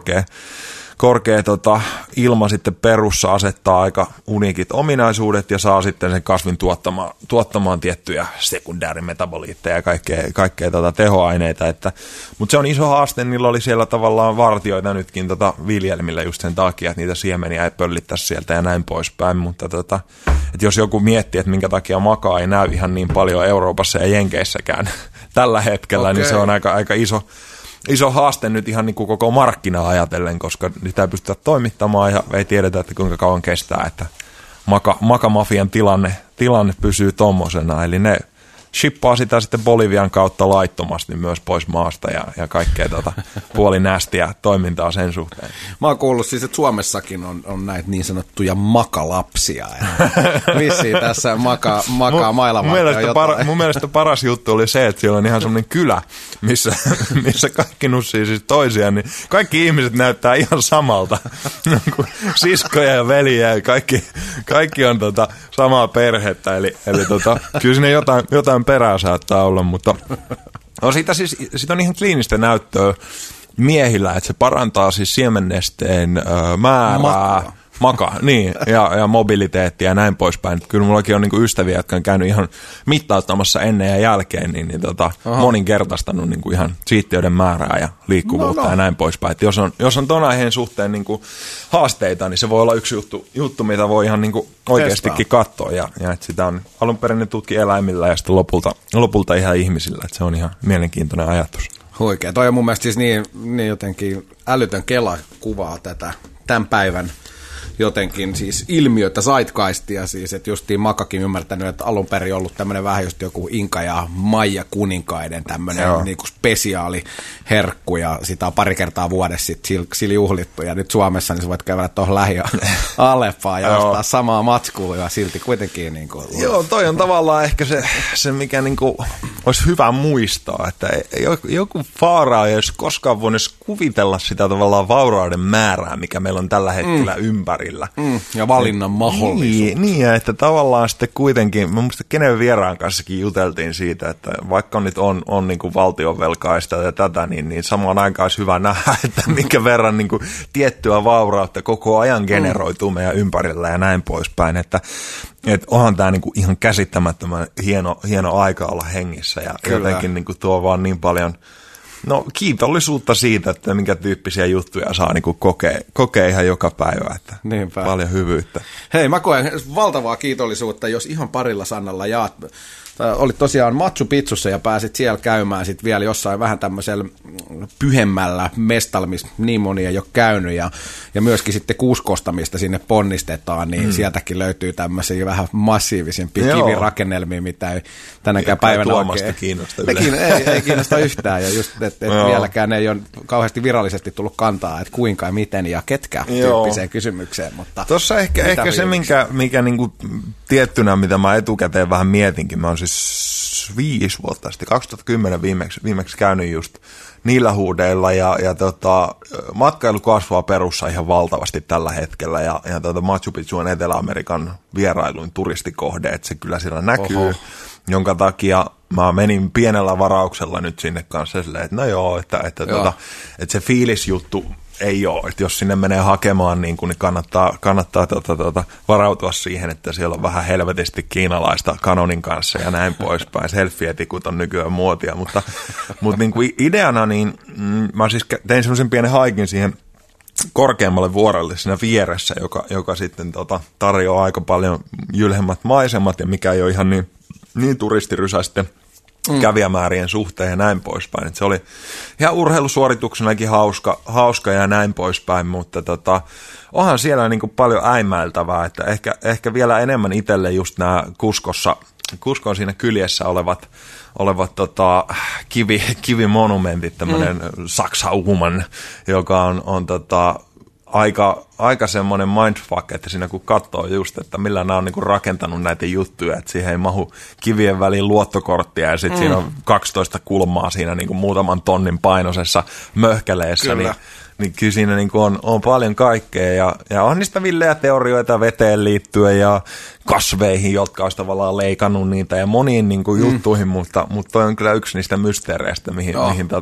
korkea ilma sitten Perussa asettaa aika uniikit ominaisuudet ja saa sitten sen kasvin tuottamaan tiettyjä sekundäärimetaboliitteja ja kaikkea tehoaineita. Mutta se on iso haaste, niillä oli siellä tavallaan vartioita nytkin viljelmillä just sen takia, että niitä siemeniä ei pöllittäisi sieltä ja näin poispäin. Mutta että jos joku miettii, että minkä takia makaa ei näy ihan niin paljon Euroopassa ja Jenkeissäkään tällä hetkellä, niin se on aika iso haaste nyt ihan niin kuin koko markkinaa ajatellen, koska sitä ei pystytä toimittamaan ja ei tiedetä, että kuinka kauan kestää, että makamafian tilanne pysyy tommosena. Eli ne shippaa sitä sitten Bolivian kautta laittomasti myös pois maasta ja kaikkea puolinästiä toimintaa sen suhteen. Mä oon kuullut siis, että Suomessakin on näitä niin sanottuja makalapsia. Vissiin tässä makaa mailavartio. Mun mielestä paras juttu oli se, että siellä on ihan semmoinen kylä, missä kaikki nussii siis toisiaan, niin kaikki ihmiset näyttää ihan samalta. Siskoja ja veliä ja kaikki on samaa perhettä, eli kyllä sinne jotain perää saattaa olla, mutta siitä on ihan kliinistä näyttöä miehillä, että se parantaa siis siemennesteen määrää, niin, ja mobiliteettia ja näin poispäin. Kyllä mullakin on niinku ystäviä, jotka on käynyt ihan mittauttamassa ennen ja jälkeen, niin moninkertaistanut niinku ihan siitteyden määrää ja liikkuvuutta ja näin poispäin. Et jos on ton aiheen suhteen niinku haasteita, niin se voi olla yksi juttu mitä voi ihan niinku oikeastikin katsoa. Ja että sitä on alun perin tutki eläimillä ja sitten lopulta ihan ihmisillä. Että se on ihan mielenkiintoinen ajatus. Huikea. Toi on mun mielestä siis niin jotenkin älytön kela kuvaa tämän päivän jotenkin siis ilmiötä, zeitgeistia siis, että justiin Makakin ymmärtänyt, että alun perin ollut tämmöinen vähän just joku Inka ja Maija kuninkaiden tämmöinen niinku spesiaali herkku ja sitä on pari kertaa vuodessa sitten sillä juhlittu ja nyt Suomessa niin sä voit käydä tuohon Aleppaan ja ostaa samaa matskua ja silti kuitenkin niinku. Joo, toi on tavallaan ehkä se mikä niinku olisi hyvä muistaa, että joku faaraa ei olisi koskaan voinut kuvitella sitä tavallaan vaurauden määrää, mikä meillä on tällä hetkellä ympäri. Ja valinnan mahdollisuus. Niin, että tavallaan sitten kuitenkin, mä muistan kenen vieraan kanssakin juteltiin siitä, että vaikka nyt on niin kuin valtionvelkaista ja tätä, niin samaan aikaan olisi hyvä nähdä, että minkä verran niin kuin tiettyä vaurautta koko ajan generoituu meidän ympärillä ja näin poispäin, että onhan tämä niinku ihan käsittämättömän hieno aika olla hengissä ja jotenkin niinku tuo vaan niin paljon kiitollisuutta siitä, että minkä tyyppisiä juttuja saa niinku kokea ihan joka päivä, että paljon hyvyyttä. Hei, mä koen valtavaa kiitollisuutta, jos ihan parilla sanalla jaat. Olit tosiaan Machu Picchussa ja pääsit siellä käymään sitten vielä jossain vähän tämmöisellä pyhemmällä mestalla, missä niin moni ei ole käynyt ja myöskin sitten Kuuskosta, mistä sinne ponnistetaan, niin sieltäkin löytyy tämmöisiä vähän massiivisempia kivirakennelmia, mitä ei tänäkään päivänä oikein kiinnosta ei kiinnosta yhtään ja just, että vieläkään ei ole kauheasti virallisesti tullut kantaa, että kuinka ja miten ja ketkä tyyppiseen kysymykseen. Mutta tuossa ehkä se, mikä niinku tiettynä, mitä mä etukäteen vähän mietinkin, mä oon siis 5 vuotta sitten, 2010 viimeksi käynyt just niillä huudeilla ja matkailu kasvaa perussa ihan valtavasti tällä hetkellä ja Machu Picchu on Etelä-Amerikan vierailuin turistikohde, että se kyllä siellä näkyy, jonka takia mä menin pienellä varauksella nyt sinne kanssa silleen, että no joo, että se fiilisjuttu ei ole, että jos sinne menee hakemaan niin kannattaa varautua siihen, että siellä on vähän helvetisti kiinalaista Canonin kanssa ja näin poispäin. Selfie-etikut on nykyään muotia, mutta niin kuin ideana niin mä siis tein semmoisen pienen haikin siihen korkeammalle vuorelle siinä vieressä, joka sitten tarjoaa aika paljon jylhemmät maisemat ja mikä ei ole ihan niin turistirysäisten kävijämäärien suhteen ja näin poispäin. Et se oli ihan urheilusuorituksenakin hauska ja näin poispäin, mutta onhan siellä niinku paljon äimäiltävää, että ehkä vielä enemmän itselle just nämä Kuskon siinä kyljessä olevat kivimonumentit, tämmöinen Saksa-Uman, joka on aika semmoinen mindfuck, että siinä kun katsoo just, että millä nämä on niinku rakentanut näitä juttuja, että siihen ei mahu kivien väliin luottokorttia ja sitten siinä on 12 kulmaa siinä niinku muutaman tonnin painoisessa möhkäleessä, niin kyllä siinä niinku on paljon kaikkea ja on niistä villejä teorioita veteen liittyen ja kasveihin, jotka olisi tavallaan leikannut niitä ja moniin niinku juttuihin, mutta toi on kyllä yksi niistä mysteereistä, mihin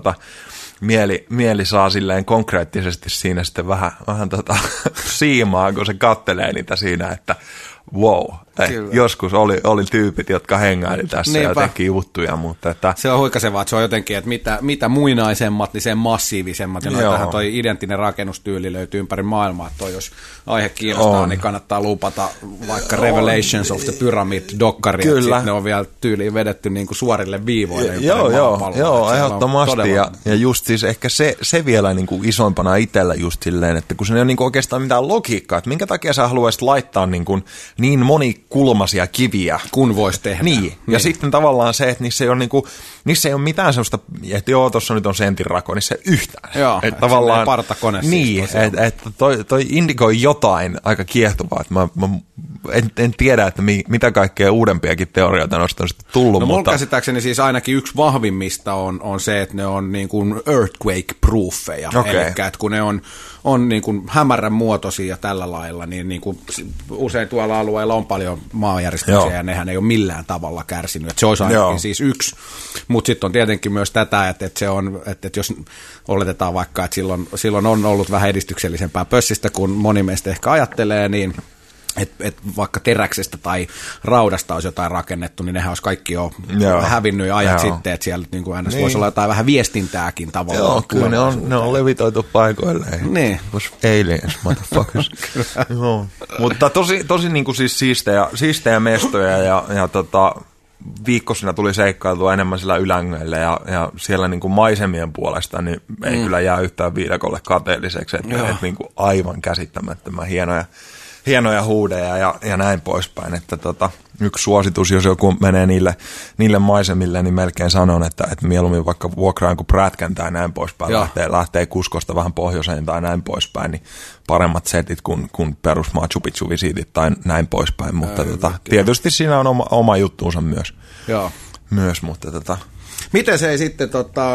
mieli saa silleen konkreettisesti siinä sitten vähän siimaa, kun se kattelee niitä siinä, että wow, joskus oli tyypit, jotka hengaili tässä ja teki juttuja, mutta että se on huikasevaa, että se on jotenkin, että mitä muinaisemmat, niin sen massiivisemmat, ja tähän toi identtinen rakennustyyli löytyy ympäri maailmaa, että toi, jos aihe kiinnostaa, niin kannattaa lupata vaikka Revelations of the Pyramid-dokkari, että sitten ne on vielä tyyliin vedetty niin kuin suorille viivoille ympäri maapalloa. Joo, ehdottomasti, ja just siis ehkä se vielä niin kuin isoimpana itsellä just silleen, että kun se ei ole niin kuin oikeastaan mitään logiikkaa, että minkä takia sä haluaisit laittaa niin monikulmaisia kiviä. Kun voisi tehdä. Niin. Ja sitten tavallaan se, että niissä ei ole mitään sellaista, että joo, tuossa nyt on sentin rako, niin se yhtään. Joo, että tavallaan partakone. Niin, että toi indikoi jotain aika kiehtovaa, että mä en tiedä, että mitä kaikkea uudempiakin teorioita noista on sitten tullut. No mun käsittääkseni siis ainakin yksi vahvimmista on se, että ne on niin kuin earthquake-proofeja. Okay. Eli että kun ne on niin kuin hämärän muotoisia ja tällä lailla, niin kuin usein tuolla alueella on paljon maanjäristyksiä ja nehän ei ole millään tavalla kärsinyt. Että se olisi ainakin siis yksi. Mutta sitten on tietenkin myös tätä, että se on, että jos oletetaan vaikka, että silloin on ollut vähän edistyksellisempää pössistä, kun moni meistä ehkä ajattelee, niin että vaikka teräksestä tai raudasta olisi jotain rakennettu, niin nehän olisi kaikki jo hävinnyt ajat sitten, että siellä niin kuin voisi olla jotain vähän viestintääkin tavallaan. Joo, kyllä ne on levitoitu paikoilleen. Niin. Aliens, motherfuckers. Mutta tosi niin kuin siis siistejä mestoja ja viikkosina tuli seikkailtua enemmän sillä Ylängöillä ja siellä niin kuin maisemien puolesta niin ei kyllä jää yhtään viidakolle kateelliseksi, että niin kuin aivan käsittämättömän hienoja huudeja ja näin poispäin, että yksi suositus, jos joku menee niille maisemille, niin melkein sanon, että mieluummin vaikka vuokraan kuin prätkän tai näin poispäin, lähtee Kuskosta vähän pohjoiseen tai näin poispäin, niin paremmat setit kuin perus Machu Picchu-visiitit tai näin poispäin, mutta tietysti siinä on oma juttuunsa myös. Joo. Mutta Miten se ei sitten,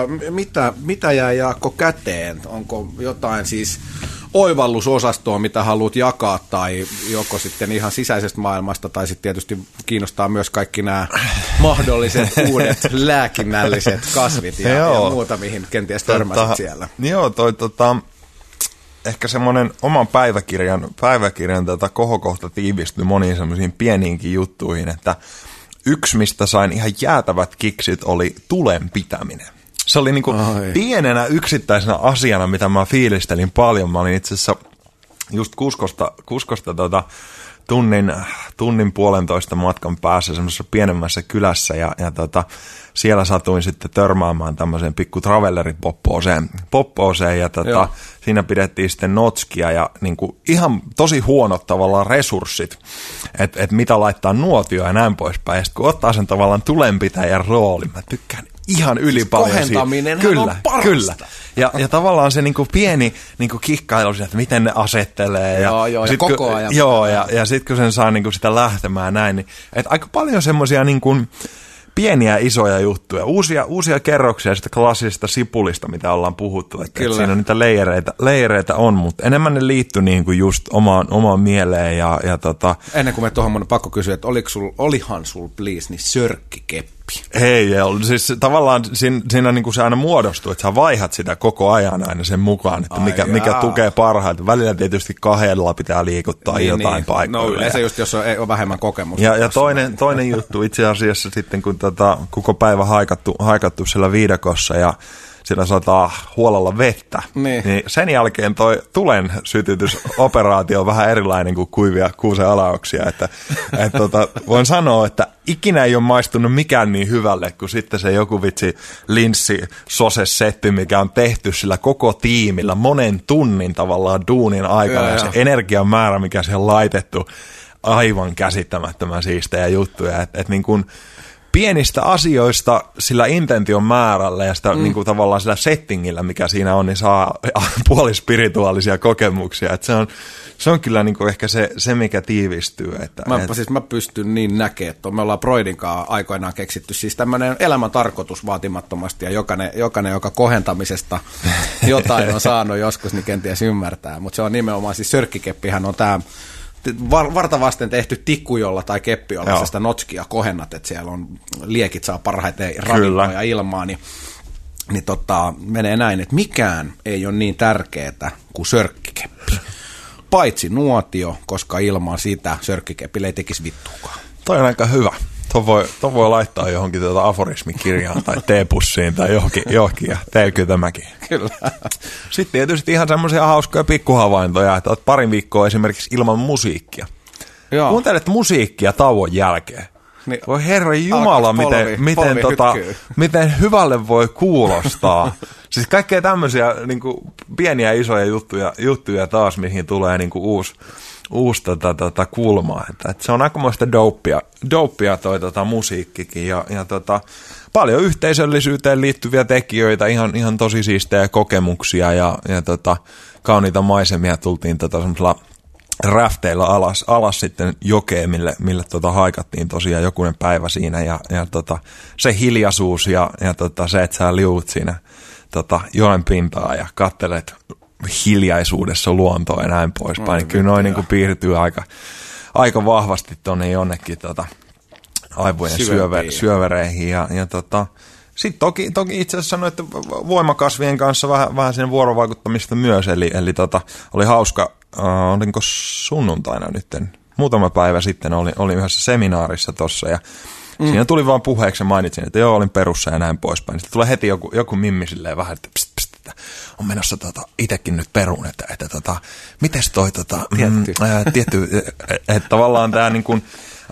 mitä jää Jaakko käteen? Onko jotain siis oivallusosastoa, mitä haluat jakaa, tai joko sitten ihan sisäisestä maailmasta, tai sitten tietysti kiinnostaa myös kaikki nämä mahdolliset uudet lääkinnälliset kasvit ja muuta, mihin kenties törmäsit siellä? Joo, ehkä semmoinen oman päiväkirjan kohokohta tiivistyy moniin semmoisiin pieniinkin juttuihin, että yksi, mistä sain ihan jäätävät kiksit, oli tulen pitäminen. Se oli niinku pienenä yksittäisenä asiana, mitä mä fiilistelin paljon. Mä olin itse asiassa just Kuskosta tunnin puolentoista matkan päässä semmoisessa pienemmässä kylässä ja siellä satuin sitten törmäämään tämmöiseen pikku travellerin poppooseen ja siinä pidettiin sitten notskia ja niinku ihan tosi huonot tavallaan resurssit, että mitä laittaa nuotioon ja näin poispäin. Ja sitten kun ottaa sen tavallaan tulenpitäjän roolin, mä tykkään ihan yli paljon siitä. Kohentaminen on parasta. Kyllä. Ja tavallaan se niinku pieni niinku kikkailu siitä, että miten ne asettelee. Ja koko ajan. Joo, ja sitten kun sen saa niinku sitä lähtemään näin, niin että aika paljon semmoisia niinku pieniä isoja juttuja, uusia kerroksia sitä klassisesta sipulista, mitä ollaan puhuttu, että siinä on niitä leijereitä on, mutta enemmän ne liittyi niin kuin just omaan mieleen ja Ennen kuin me tuohon mun pakko kysyä, että olihan sul please niin sörkkikeppi? Ei ollut, siis tavallaan siinä niin kuin se aina muodostuu, että sä vaihat sitä koko ajan aina sen mukaan, että mikä tukee parhaiten. Välillä tietysti kahdella pitää liikuttaa jotain paikkoja. No yleensä just, jos on vähemmän kokemusta. Ja toinen juttu itse asiassa sitten, kun koko päivä haikattu siellä viidakossa ja siellä sataa huolella vettä, niin sen jälkeen toi tulen sytytysoperaatio on vähän erilainen kuin kuivia kuusen alaoksia. Että voin sanoa, että ikinä ei ole maistunut mikään niin hyvälle kuin sitten se joku vitsi linssi-sose-setti, mikä on tehty sillä koko tiimillä monen tunnin tavallaan duunin aikana. Ja se energian määrä, mikä siihen on laitettu, aivan käsittämättömän siistejä juttuja. Että niin kuin pienistä asioista sillä intention määrällä ja sitä niin kuin tavallaan sillä settingillä, mikä siinä on, niin saa puolispirituaalisia kokemuksia. Että se on kyllä niin kuin ehkä se, mikä tiivistyy. Mä pystyn niin näkemään, että me ollaan Broidin kanssa aikoinaan keksitty siis tämmöinen elämän tarkoitus vaatimattomasti ja jokainen joka kohentamisesta jotain on saanut joskus, niin kenties ymmärtää. Mutta se on nimenomaan, siis sörkkikeppihän on tämä vartavasten tehty tikkujolla tai keppiolla sitä notskia kohennat, että siellä on liekit saa parhaiten ravintoa ja ilmaa, niin menee näin, että mikään ei ole niin tärkeää kuin sörkkikeppi. Paitsi nuotio, koska ilman sitä sörkkikepille ei tekisi vittuakaan. Toi on aika hyvä. Tuo voi laittaa johonkin aforismikirjaan tai teepussiin tai johonkin ja teillä tämäkin. Kyllä. Sitten tietysti ihan semmoisia hauskoja pikkuhavaintoja, että olet parin viikkoa esimerkiksi ilman musiikkia. Joo. Kuuntelet musiikkia tauon jälkeen. Niin, voi herran jumala, miten hyvälle voi kuulostaa. Siis kaikkea tämmöisiä niin kuin pieniä isoja juttuja taas, mihin tulee niin kuin uusi kulmaa. Että se on aikamoista dopea toi musiikkikin ja paljon yhteisöllisyyteen liittyviä tekijöitä, ihan tosi siistejä kokemuksia ja kauniita maisemia tultiin semmoisella räfteillä alas sitten jokeen, mille haikattiin tosiaan jokunen päivä siinä ja se hiljaisuus ja se, että sä liuut siinä joen pintaa ja kattelet hiljaisuudessa luontoa ja näin poispäin. Niin kyllä noin niin kuin piirtyy aika vahvasti tuonne jonnekin aivojen syövereihin ja sitten toki itse asiassa sanoin, että voimakasvien kanssa vähän sen vuorovaikuttamista myös, eli oli hauska, olinko sunnuntaina nyt, muutama päivä sitten olin yhdessä seminaarissa tuossa ja siinä tuli vaan puheeksi ja mainitsin, että joo, olin perussa ja näin poispäin. Sitten tulee heti joku mimmi silleen vähän, että että on menossa itsekin nyt peruun, että mites toi tietty, että tavallaan tämä niin kuin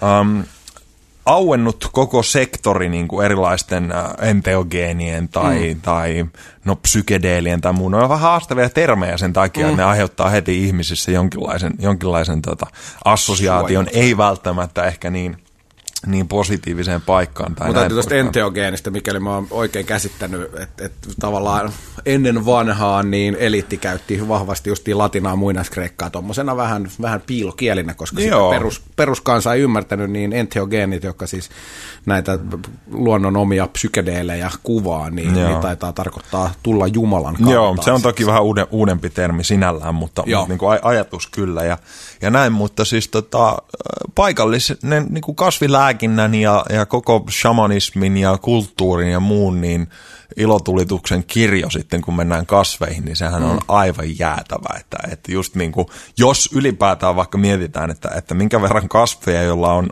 auennut koko sektori niin kuin erilaisten enteogeenien tai psykedeelien tai muun. Ne on vähän haastavia termejä sen takia, että ne aiheuttaa heti ihmisissä jonkinlaisen assosiaation, ei välttämättä ehkä niin positiiviseen paikkaan. Mutta täytyy tuosta enteogeenistä, mikäli mä oon oikein käsittänyt, että tavallaan ennen vanhaa niin eliitti käytti vahvasti justiin latinaa muinaiskreikkaa tuommoisena vähän piilokielinä, koska sitä peruskansa ei ymmärtänyt, niin enteogeenit, jotka siis näitä luonnon omia psykedeelejä kuvaa, niin taitaa tarkoittaa tulla Jumalan kautta. Joo, se on toki vähän uudempi termi sinällään, mutta niin kuin ajatus kyllä ja näin, mutta siis paikallinen niin kuin kasvilääkinnän ja koko shamanismin ja kulttuurin ja muun niin ilotulituksen kirjo sitten, kun mennään kasveihin, niin sehän on aivan jäätävä, että just niin kuin, jos ylipäätään vaikka mietitään, että minkä verran kasveja, jolla on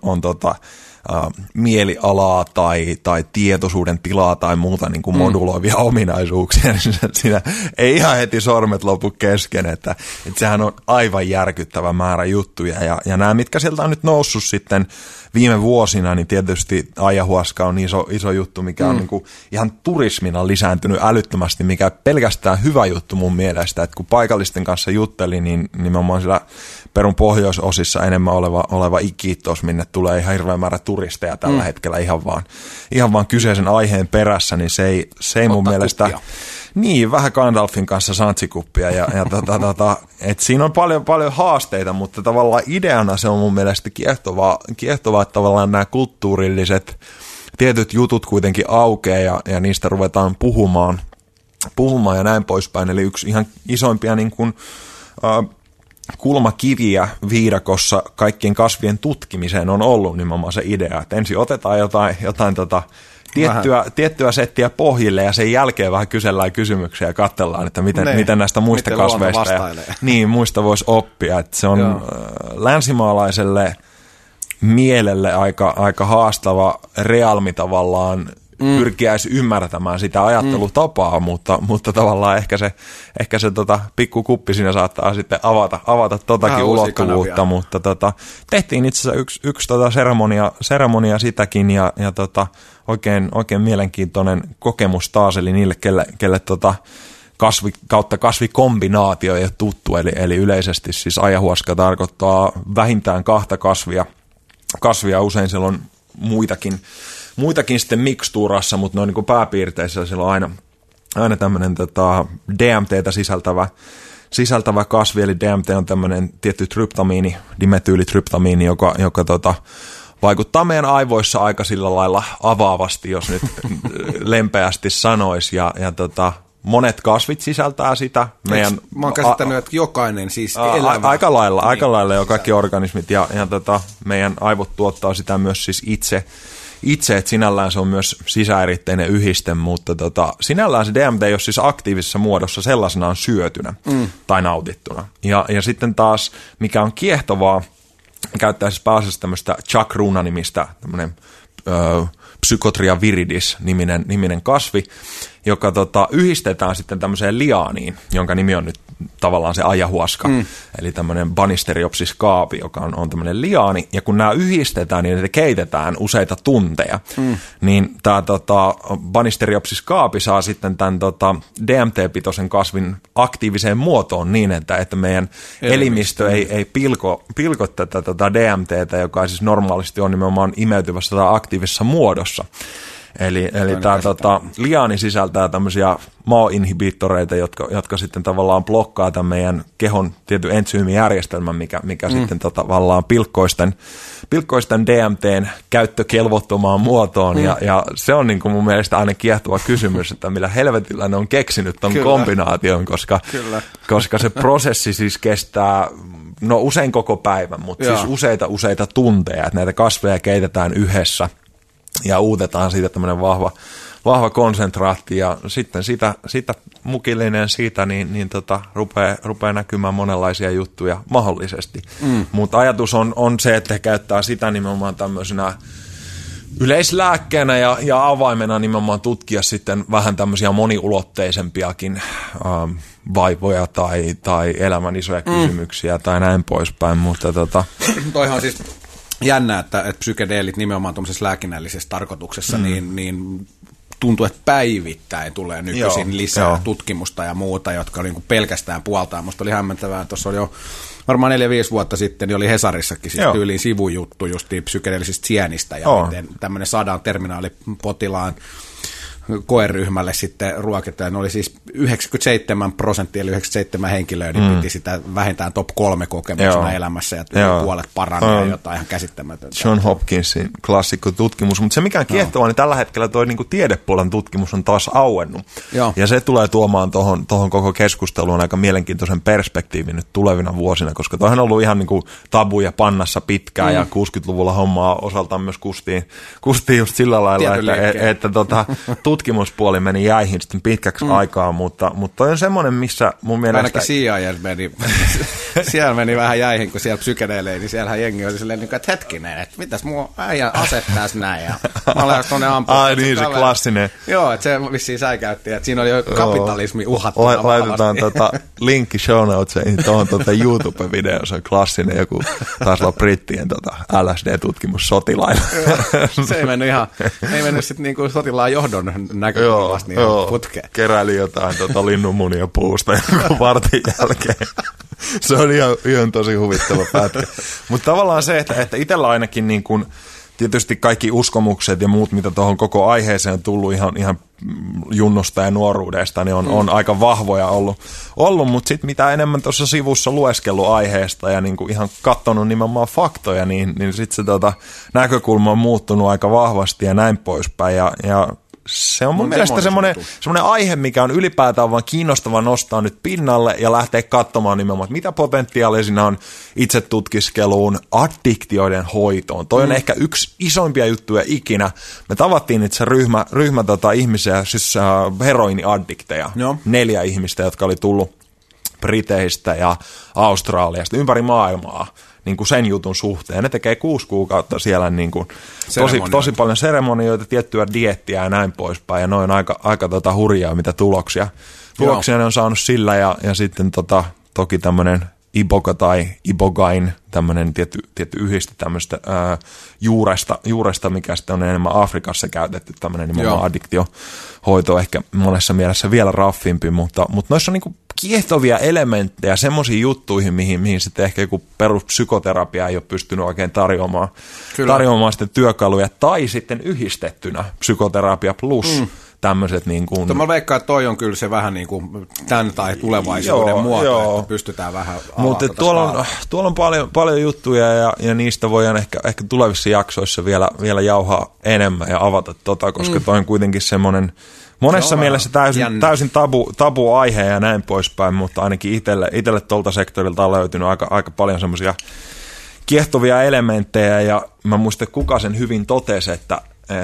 mielialaa tai tietoisuuden tilaa tai muuta niin kuin moduloivia ominaisuuksia, niin siinä ei ihan heti sormet lopu kesken, että sehän on aivan järkyttävä määrä juttuja ja nämä, mitkä sieltä on nyt noussut sitten viime vuosina, niin tietysti ayahuasca on iso juttu, mikä on niin kuin ihan turismina lisääntynyt älyttömästi, mikä pelkästään hyvä juttu mun mielestä, että kun paikallisten kanssa juttelin, niin nimenomaan sillä Perun pohjoisosissa enemmän oleva Iquitos, minne tulee ihan hirveä määrä turisteja tällä hetkellä ihan vaan kyseisen aiheen perässä, niin se ei mun mielestä kuppia. Niin, vähän Gandalfin kanssa santsikuppia et siinä on paljon haasteita, mutta tavallaan ideana se on mun mielestä kiehtovaa että tavallaan nämä kulttuurilliset tietyt jutut kuitenkin aukeaa ja niistä ruvetaan puhumaan ja näin poispäin. Eli yksi ihan isoimpia niin kuin, kulmakiviä viidakossa kaikkien kasvien tutkimiseen on ollut nimenomaan se idea, että ensin otetaan jotain tiettyä settiä pohjille ja sen jälkeen vähän kysellään kysymyksiä ja katsellaan, että miten näistä muista kasveista muista voisi oppia. Että se on länsimaalaiselle mielelle aika haastava realmi tavallaan pyrkiä edes ymmärtämään sitä ajattelutapaa, mutta tavallaan ehkä se pikku kuppi siinä saattaa sitten avata totakin ulottuvuutta, mutta tehtiin itse asiassa yksi seremonia sitäkin ja oikein mielenkiintoinen kokemus taas, eli niille, kelle kasvikombinaatio ei ole tuttu, eli yleisesti siis ayahuasca tarkoittaa vähintään 2 kasvia, usein siellä on muitakin sitten mikstuurassa, mutta ne on niin kuin pääpiirteissä, siellä on aina tämmöinen DMTtä sisältävä kasvi, eli DMT on tämmöinen tietty tryptamiini, dimetyyylitryptamiini, joka vaikuttaa meidän aivoissa aika sillä lailla avaavasti, jos nyt lempeästi sanoisi, ja monet kasvit sisältää sitä. Mä oon käsittänyt, että jokainen siis elävä. Aika lailla jo kaikki organismit, ja meidän aivot tuottaa sitä myös siis itse, että sinällään se on myös sisäeritteinen yhdiste, mutta sinällään se DMT ei ole siis aktiivisessa muodossa sellaisenaan syötynä tai nautittuna. Ja sitten taas, mikä on kiehtovaa, käyttää siis pääasiassa tämmöistä chakruna-nimistä, tämmöinen Psychotria viridis niminen kasvi, joka yhdistetään sitten tämmöiseen liaaniin, jonka nimi on nyt tavallaan se ayahuasca, eli tämmöinen Banisteriopsis kaapi, joka on tämmöinen liaani, ja kun nämä yhdistetään, niin ne keitetään useita tunteja, niin tämä Banisteriopsis kaapi saa sitten tämän DMT-pitoisen kasvin aktiiviseen muotoon niin, että meidän elimistö ei pilko tätä DMTtä, joka siis normaalisti on nimenomaan imeytyvässä tai aktiivisessa muodossa. Eli tämä liaani sisältää tämmöisiä MAO-inhibitoreita, jotka sitten tavallaan blokkaa tämän meidän kehon tietyn entsyymijärjestelmän, mikä sitten tavallaan pilkkoisten DMTn käyttökelvottomaan muotoon. Ja se on niin kuin mun mielestä aina kiehtova kysymys, että millä helvetillä ne on keksinyt ton kombinaation, koska se prosessi siis kestää usein koko päivän, mutta siis useita tunteja, että näitä kasveja keitetään yhdessä. Ja uutetaan siitä tämmöinen vahva konsentraatti, ja sitten sitä mukillinen siitä niin rupeaa näkymään monenlaisia juttuja mahdollisesti. Mutta ajatus on se, että he käyttää sitä nimenomaan tämmöisenä yleislääkkeenä ja avaimena nimenomaan tutkia sitten vähän tämmöisiä moniulotteisempiakin vaivoja tai elämän isoja kysymyksiä tai näin poispäin, mutta Toihan siis jännä, että psykedeelit nimenomaan tuollaisessa lääkinnällisessä tarkoituksessa, niin tuntuu, että päivittäin tulee nykyisin lisää tutkimusta ja muuta, jotka niin kuin pelkästään puoltaa. Musta oli hämmentävää, tuossa oli jo varmaan 4-5 vuotta sitten, niin oli Hesarissakin siis tyyliin sivujuttu justiin psykedeellisistä sienistä, ja miten tämmöinen 100 terminaalipotilaan koeryhmälle sitten ruokitaan. Ne oli siis 97%, eli 97 henkilöä, niin piti sitä vähintään top 3 kokemuksena elämässä, ja puolet paranee jotain ihan käsittämätöntä. John Hopkinsin klassikko tutkimus, mutta se mikä on kiehtovaa, niin tällä hetkellä tuo niinku tiedepuolen tutkimus on taas auennut. Ja se tulee tuomaan tuohon koko keskusteluun aika mielenkiintoisen perspektiivin nyt tulevina vuosina, koska toihan on ollut ihan niinku tabuja pannassa pitkään, ja 60-luvulla hommaa osaltaan myös kustiin just sillä lailla, että tutkimuspuoli meni jäihin sitten pitkäksi aikaa, mutta toi on semmoinen, missä mun mielestä... Ainakin CIA siellä meni vähän jäihin, kun siellä psykedeelei, niin siellähän jengi oli silleen, että hetkinen, että mitäs mun äijä asettaisi näin, ja mä olen tuonne ampumaan. Ai niin, se klassinen. Joo, että se vissiin säikäytti, että siinä oli jo kapitalismi uhattuna. Laitetaan linkki show notesiin tuohon YouTube-videoon, se on klassinen joku, taas olla brittien LSD-tutkimus sotilailla. Se ei mennyt sitten niinku sotilaan johdon näkökulmasta niin putkeen. Keräili jotain linnunmunia puusta jonkun vartin jälkeen. Se on ihan tosi huvittava pätkä. Mutta tavallaan se, että itsellä ainakin niin kun tietysti kaikki uskomukset ja muut, mitä tuohon koko aiheeseen on tullut ihan junnusta ja nuoruudesta, niin on aika vahvoja ollut, mutta sitten mitä enemmän tuossa sivussa lueskellut aiheesta ja niinku ihan katsonut nimenomaan faktoja, niin sitten se näkökulma on muuttunut aika vahvasti ja näin poispäin, ja se on mun mielestä semmoinen aihe, mikä on ylipäätään vaan kiinnostava nostaa nyt pinnalle ja lähteä katsomaan nimenomaan, että mitä potentiaalia siinä on itse tutkiskeluun, addiktioiden hoitoon. Toi on ehkä yksi isoimpia juttuja ikinä. Me tavattiin itse ryhmä ihmisiä, siis heroiniaddikteja, 4 ihmistä, jotka oli tullut Briteistä ja Australiasta ympäri maailmaa. Niin kuin sen jutun suhteen. Ne tekee 6 kuukautta siellä niin kuin tosi paljon seremonioita, tiettyä dieettiä ja näin poispäin. Ja noin aika hurjaa, mitä tuloksia ne on saanut sillä. Ja sitten toki tämmöinen iboga tai ibogain, tämmöinen tietty yhdiste tämmöistä juuresta, mikä sitten on enemmän Afrikassa käytetty, tämmöinen nimenomaan addiktiohoito, ehkä monessa mielessä vielä raffimpi, mutta noissa on niin kuin kiehtovia elementtejä semmoisiin juttuihin, mihin sitten ehkä joku peruspsykoterapia ei ole pystynyt oikein tarjoamaan sitten työkaluja, tai sitten yhdistettynä psykoterapia plus tämmöiset niin kuin... Mä veikkaan, että toi on kyllä se vähän niin kuin tämän tai tulevaisuuden muoto, että pystytään vähän avaamaan. Mutta tuolla on paljon juttuja ja niistä voidaan ehkä tulevissa jaksoissa vielä jauhaa enemmän ja avata koska toi on kuitenkin semmoinen monessa mielessä täysin tabu aihe ja näin poispäin, mutta ainakin itselle tuolta sektorilta on löytynyt aika paljon semmoisia kiehtovia elementtejä, ja mä muistan, kuka sen hyvin totesi, että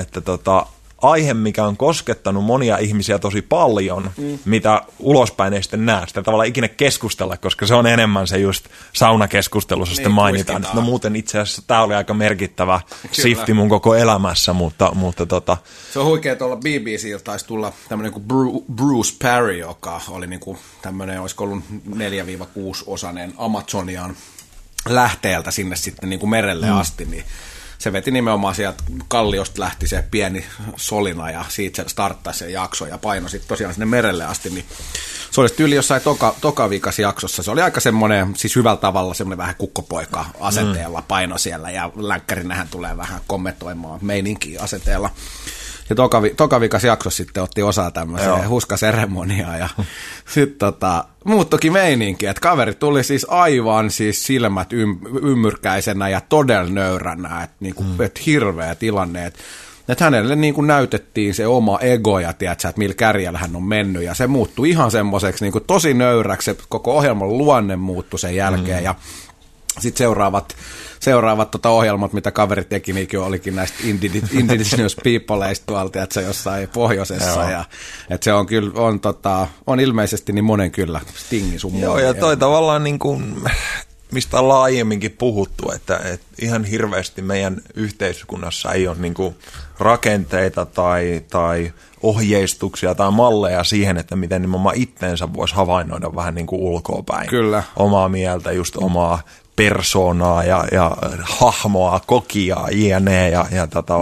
aihe, mikä on koskettanut monia ihmisiä tosi paljon, mitä ulospäin ei sitten näe. Sitä tavallaan ikinä keskustella, koska se on enemmän se just saunakeskustelussa sitten mainitaan. No muuten itse asiassa tämä oli aika merkittävä shifti mun koko elämässä, mutta Se on huikea, tuolla BBC:llä taisi tulla tämmöinen kuin Bruce Parry, joka oli niin kuin tämmöinen, olisiko ollut 4-6-osainen Amazonian lähteeltä sinne sitten niin kuin merelle asti, niin se veti nimenomaan sieltä kalliosta lähti se pieni solina ja siitä se starttasi se jakso ja painoi sitten tosiaan sinne merelle asti, niin se oli tyyli jossain tokaviikas jaksossa. Se oli aika semmoinen, siis hyvällä tavalla semmoinen vähän kukkopoika asenteella paino siellä ja länkkärinähän tulee vähän kommentoimaan meininkiä asenteella. Ja tokavikas jaksossa sitten otti osaa tämmöiseen huskaseremoniaan ja sitten muuttokin meininki, että kaveri tuli siis aivan siis silmät ymmyrkäisenä ja todella nöyränä, että niinku, et hirveä tilanne, että hänelle niin kuin näytettiin se oma ego ja tiedätkö, että millä kärjellä hän on mennyt ja se muuttui ihan semmoiseksi niin kuin tosi nöyräksi, se koko ohjelman luonne muuttui sen jälkeen ja sitten seuraavat ohjelmat, mitä kaveri teki, niin olikin näistä Indigenous Peopleista tuolta, että se jossain pohjoisessa. Ja, että se on kyllä, on ilmeisesti niin monen kyllä Stingi sun Joo, ja toi tavallaan niin kuin, mistä ollaan aiemminkin puhuttu, että ihan hirveästi meidän yhteiskunnassa ei ole niin kuin rakenteita tai ohjeistuksia tai malleja siihen, että miten nimenomaan itteensä voisi havainnoida vähän niin kuin ulkoapäin. Kyllä. Omaa mieltä, just omaa persoonaa ja hahmoa, kokia, jne. Ja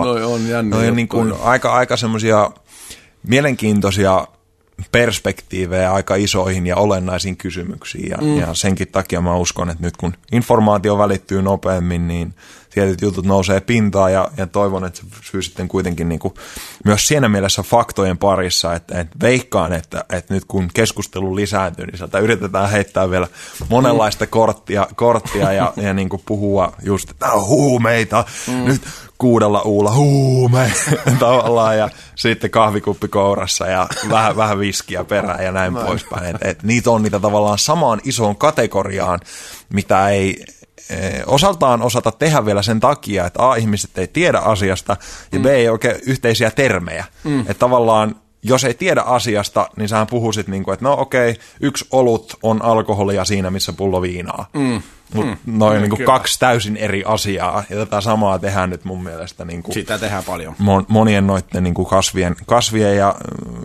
on niin kuin aika semmoisia mielenkiintoisia perspektiivejä aika isoihin ja olennaisiin kysymyksiin. Ja senkin takia mä uskon, että nyt kun informaatio välittyy nopeammin, niin tietyt jutut nousee pintaan ja toivon, että se syy sitten kuitenkin niin kuin myös siinä mielessä faktojen parissa, että veikkaan, että nyt kun keskustelu lisääntyy, niin sieltä yritetään heittää vielä monenlaista korttia ja niin kuin puhua just, että tämä on huumeita, nyt 6 uulla huume tavallaan ja sitten kahvikuppi kourassa ja vähän viskiä perään ja näin poispäin. Et niitä on niitä tavallaan samaan isoon kategoriaan, mitä ei osaltaan osata tehdä vielä sen takia, että A, ihmiset ei tiedä asiasta ja B, ei oikein yhteisiä termejä. Että tavallaan, jos ei tiedä asiasta, niin sähän puhuisit niin kuin, että no okei, 1 olut on alkoholia siinä, missä pullo viinaa. Mutta noin niin kuin 2 täysin eri asiaa, ja tätä samaa tehdään nyt mun mielestä. Niin kuin sitä tehdään paljon. Monien noitten niin kuin kasvien ja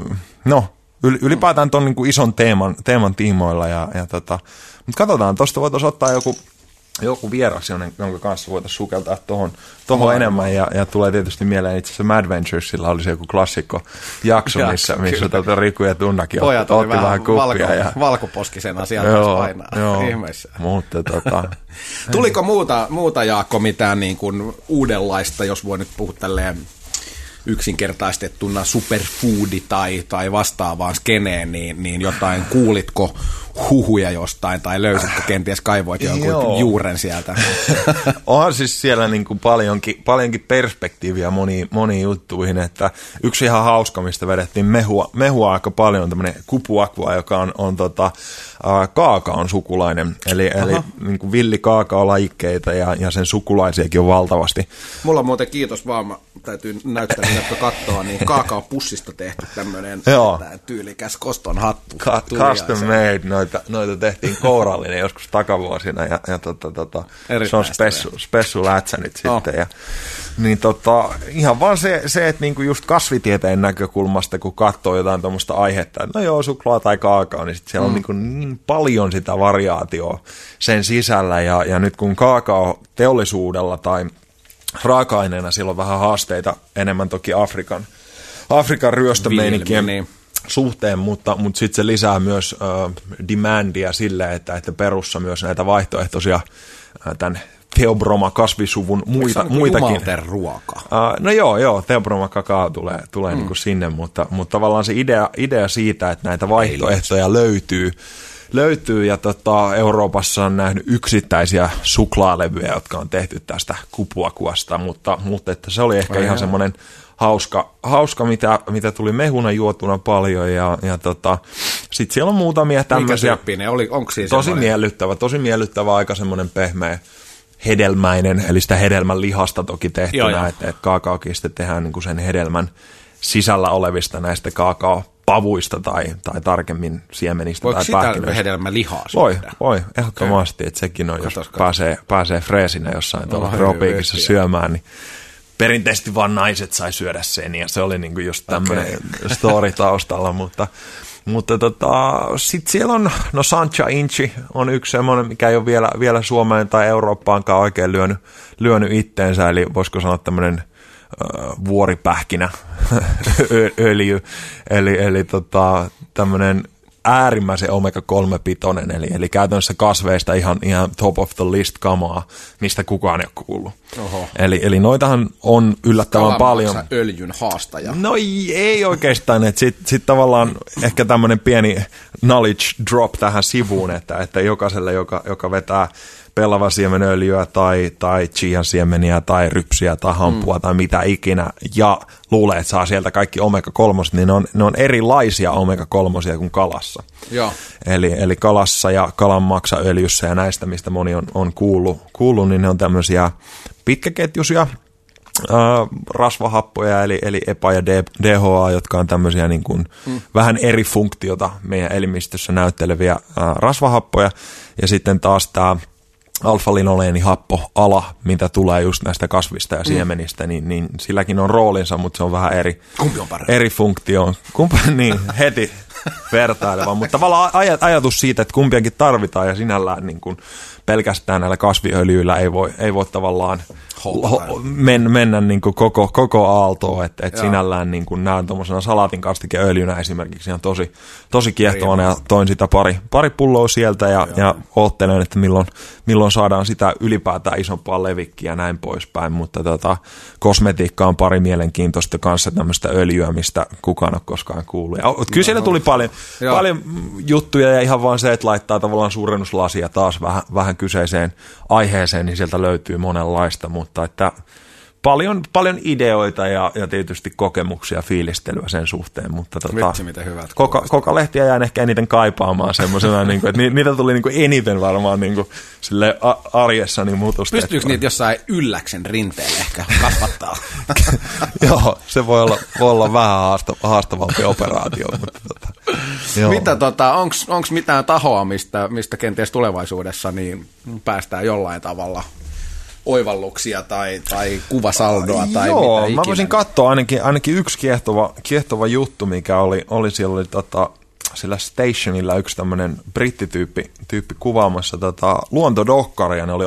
ylipäätään tuon niin kuin ison teeman tiimoilla. Mutta katsotaan, tuosta voitaisiin ottaa joku joku vieras, jonka kanssa voitaisiin sukeltaa tuohon enemmän, ja tulee tietysti mieleen itse asiassa Madventuresilla oli se joku klassikko jakso, missä Riku ja Tunnakin otti vähän kuppia. Valkoposkisen asian kanssa painaa. Ihmeessä. Mutta tuliko muuta Jaakko mitään niin kuin uudenlaista, jos voi nyt puhua tälleen yksinkertaistettuna superfoodi tai vastaavaan skeneen, niin jotain, kuulitko huhuja jostain tai löysitkö kenties kaivoit jonkun juuren sieltä? Onhan siis siellä niin kuin paljonkin perspektiiviä moniin juttuihin, että yksi ihan hauska, mistä vedettiin mehua aika paljon, tämmöinen kupuakua, joka on kaakaon sukulainen, eli niin kuin villikaakaolajikkeita ja sen sukulaisiakin on valtavasti. Mulla on muuten, kiitos vaan, mä täytyy näyttää, jotka katsoo, niin kaakaopussista tehty tämmöinen tyylikäs koston hattu. Custom made, noita tehtiin kourallinen joskus takavuosina, ja se on spessu lätsänit sitten, ja niin ihan vaan se että niinku just kasvitieteen näkökulmasta, kun katsoo jotain tuommoista aihetta, että no joo, suklaa tai kaakao, niin sit siellä on niin paljon sitä variaatioa sen sisällä, ja nyt kun kaakao teollisuudella tai raaka-aineena siellä on vähän haasteita, enemmän toki Afrikan ryöstömeinikien suhteen, mutta sitten se lisää myös demandia sille, että Perussa myös näitä vaihtoehtoisia tämän Theobroma-kasvisuvun muitakin. Ruoka. No joo, Theobroma-kakao tulee niin kuin sinne, mutta tavallaan se idea siitä, että näitä vaihtoehtoja löytyy ja Euroopassa on nähnyt yksittäisiä suklaalevyjä, jotka on tehty tästä kupuakuasta, mutta että se oli ehkä ihan semmoinen hauska mitä tuli mehuna juotuna paljon, ja sitten siellä on muutamia tämmöisiä. Onko siinä tosi miellyttävä, aika semmoinen pehmeä, hedelmäinen, eli sitä hedelmän lihasta toki tehtynä, että kaakaokin sitten tehdään niin kuin sen hedelmän sisällä olevista näistä kaakaopavuista tai tarkemmin siemenistä tai pähkinöistä. Voiko sitä hedelmälihaa? Voi, ehdottomasti, että sekin on, jos pääsee freesinä jossain tuolla tropiikissa syömään, niin perinteisesti vaan naiset sai syödä sen, ja se oli niinku just tämmöinen story taustalla, mutta sitten siellä on, Sancha Inchi on yksi semmoinen, mikä ei ole vielä Suomeen tai Eurooppaankaan oikein lyönyt itteensä, eli voisiko sanoa tämmöinen vuoripähkinä öljy, eli tämmöinen äärimmäisen omega-3-pitoinen, eli käytännössä kasveista ihan top of the list kamaa, mistä kukaan ei ole kuullut. Eli noitahan on yllättävän paljon. Öljyn haastaja. No ei oikeastaan, että sit tavallaan ehkä tämmöinen pieni knowledge drop tähän sivuun, että jokaiselle, joka vetää pellavasiemenöljyä tai chiansiemeniä tai rypsiä tai hampua tai mitä ikinä ja luulee, että saa sieltä kaikki omega-3, niin ne on erilaisia omega-3 kuin kalassa. Joo. Eli kalassa ja kalanmaksaöljyssä ja näistä, mistä moni on kuullut, niin ne on tämmöisiä pitkäketjuisia rasvahappoja, eli EPA ja DHA, jotka on tämmöisiä niin kuin vähän eri funktiota meidän elimistössä näytteleviä rasvahappoja, ja sitten taas tämä alfa-linoleenihappo-ala, mitä tulee just näistä kasvista ja siemenistä, niin silläkin on roolinsa, mutta se on vähän eri funktioon. Niin, heti vertaileva, mutta tavallaan ajatus siitä, että kumpiakin tarvitaan ja sinällään niin kuin pelkästään näillä kasviöljyillä ei voi tavallaan mennä niin kuin koko aaltoa, että sinällään niin kuin näen tuommoisena salaatin kastikeöljynä esimerkiksi ihan tosi kiehtovana, ja toin sitä pari pulloa sieltä ja oottelen, että milloin saadaan sitä ylipäätään isompaa levikkiä ja näin poispäin, mutta kosmetiikka on pari mielenkiintoista kanssa tämmöistä öljyä, mistä kukaan on koskaan kuullut. Ja kyllä siellä tuli paljon juttuja, ja ihan vaan se, että laittaa tavallaan suurennuslasia taas vähän kyseiseen aiheeseen, niin sieltä löytyy monenlaista, mutta että paljon ideoita ja tietysti kokemuksia, fiilistelyä sen suhteen, mutta vitsi, miten hyvät Koka-lehtiä jään ehkä eniten kaipaamaan semmoisena, niin että niitä tuli niin kuin eniten varmaan niin kuin sille arjessani mutustettua. Pystyykö niitä jossain Ylläksen rinteelle ehkä kasvattaa? Joo, se voi olla vähän haastavampi operaatio, mutta mitä onko mitään tahoa, mistä kenties tulevaisuudessa niin päästään jollain tavalla oivalluksia tai kuvasaldoa tai joo, mitä ikinä? Mä voisin katsoa ainakin yksi kiehtova juttu, mikä oli siellä sillä stationilla yksi tämmöinen brittityyppi kuvaamassa luontodokkaria. Ne oli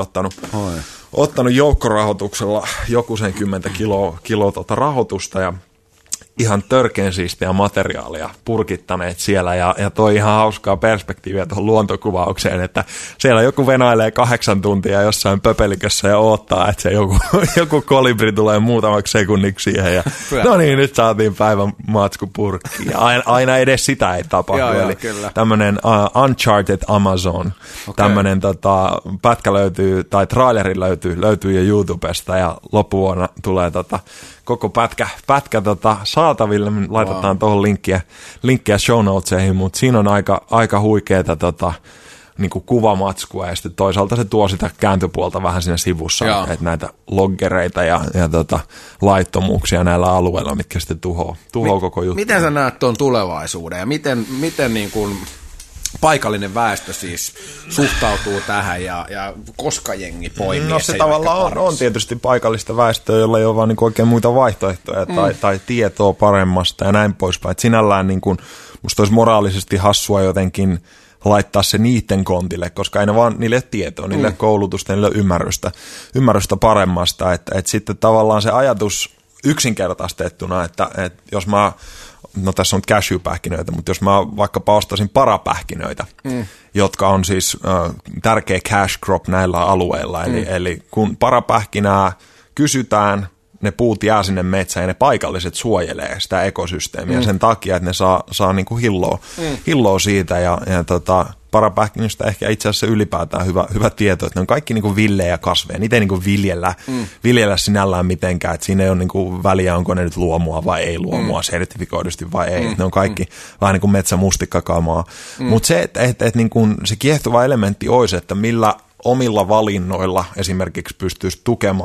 ottanut joukkorahoituksella joku sen 10 kiloa rahoitusta ja ihan törkeän siistiä materiaalia purkittaneet siellä ja toi ihan hauskaa perspektiiviä tuohon luontokuvaukseen, että siellä joku venailee 8 tuntia jossain pöpelikössä ja odottaa, että se joku kolibri tulee muutamaksi sekunniksi siihen ja no niin, nyt saatiin päivän matsku purkkiin ja aina edes sitä ei tapahdu. Eli tämmöinen Uncharted Amazon, tämmöinen pätkä löytyy tai traileri löytyy jo YouTubesta ja loppuvuonna tulee koko pätkä saataville, me laitetaan tuohon linkkiä show notesihin, mutta siinä on aika huikeeta niinku kuvamatskua ja sitten toisaalta se tuo sitä kääntöpuolta vähän siinä sivussa, että näitä loggereita ja laittomuuksia näillä alueilla, mitkä sitten tuhoaa koko juttu. Miten sä näet tuon tulevaisuuden ja miten niin kuin paikallinen väestö siis suhtautuu tähän ja koska jengi poimii? No se tavallaan on tietysti paikallista väestöä, jolla ei ole vaan niin oikein muita vaihtoehtoja tai tietoa paremmasta ja näin poispäin. Et sinällään niin kuin, musta olisi moraalisesti hassua jotenkin laittaa se niiden kontille, koska ei ne vaan niille tietoa, niille koulutusta, niille ymmärrystä paremmasta. Et sitten tavallaan se ajatus yksinkertaistettuna, että jos mä no tässä on cashew-pähkinöitä, mutta jos mä vaikkapa ostasin parapähkinöitä, jotka on siis tärkeä cash crop näillä alueilla, eli kun parapähkinää kysytään, ne puut jää sinne metsään ja ne paikalliset suojelee sitä ekosysteemiä sen takia, että ne saa niinku hilloa siitä ja parapähkinöistä ehkä itse asiassa ylipäätään hyvä tieto, että ne on kaikki niinku villejä kasveja, niitä ei niinku viljellä sinällään mitenkään, että siinä ei ole niinku väliä, onko ne nyt luomua vai ei luomua, sertifikoidusti vai ei, ne on kaikki vähän niin kuin metsämustikkakamaa, mutta se, että niinku se kiehtova elementti olisi, että millä omilla valinnoilla esimerkiksi pystyisi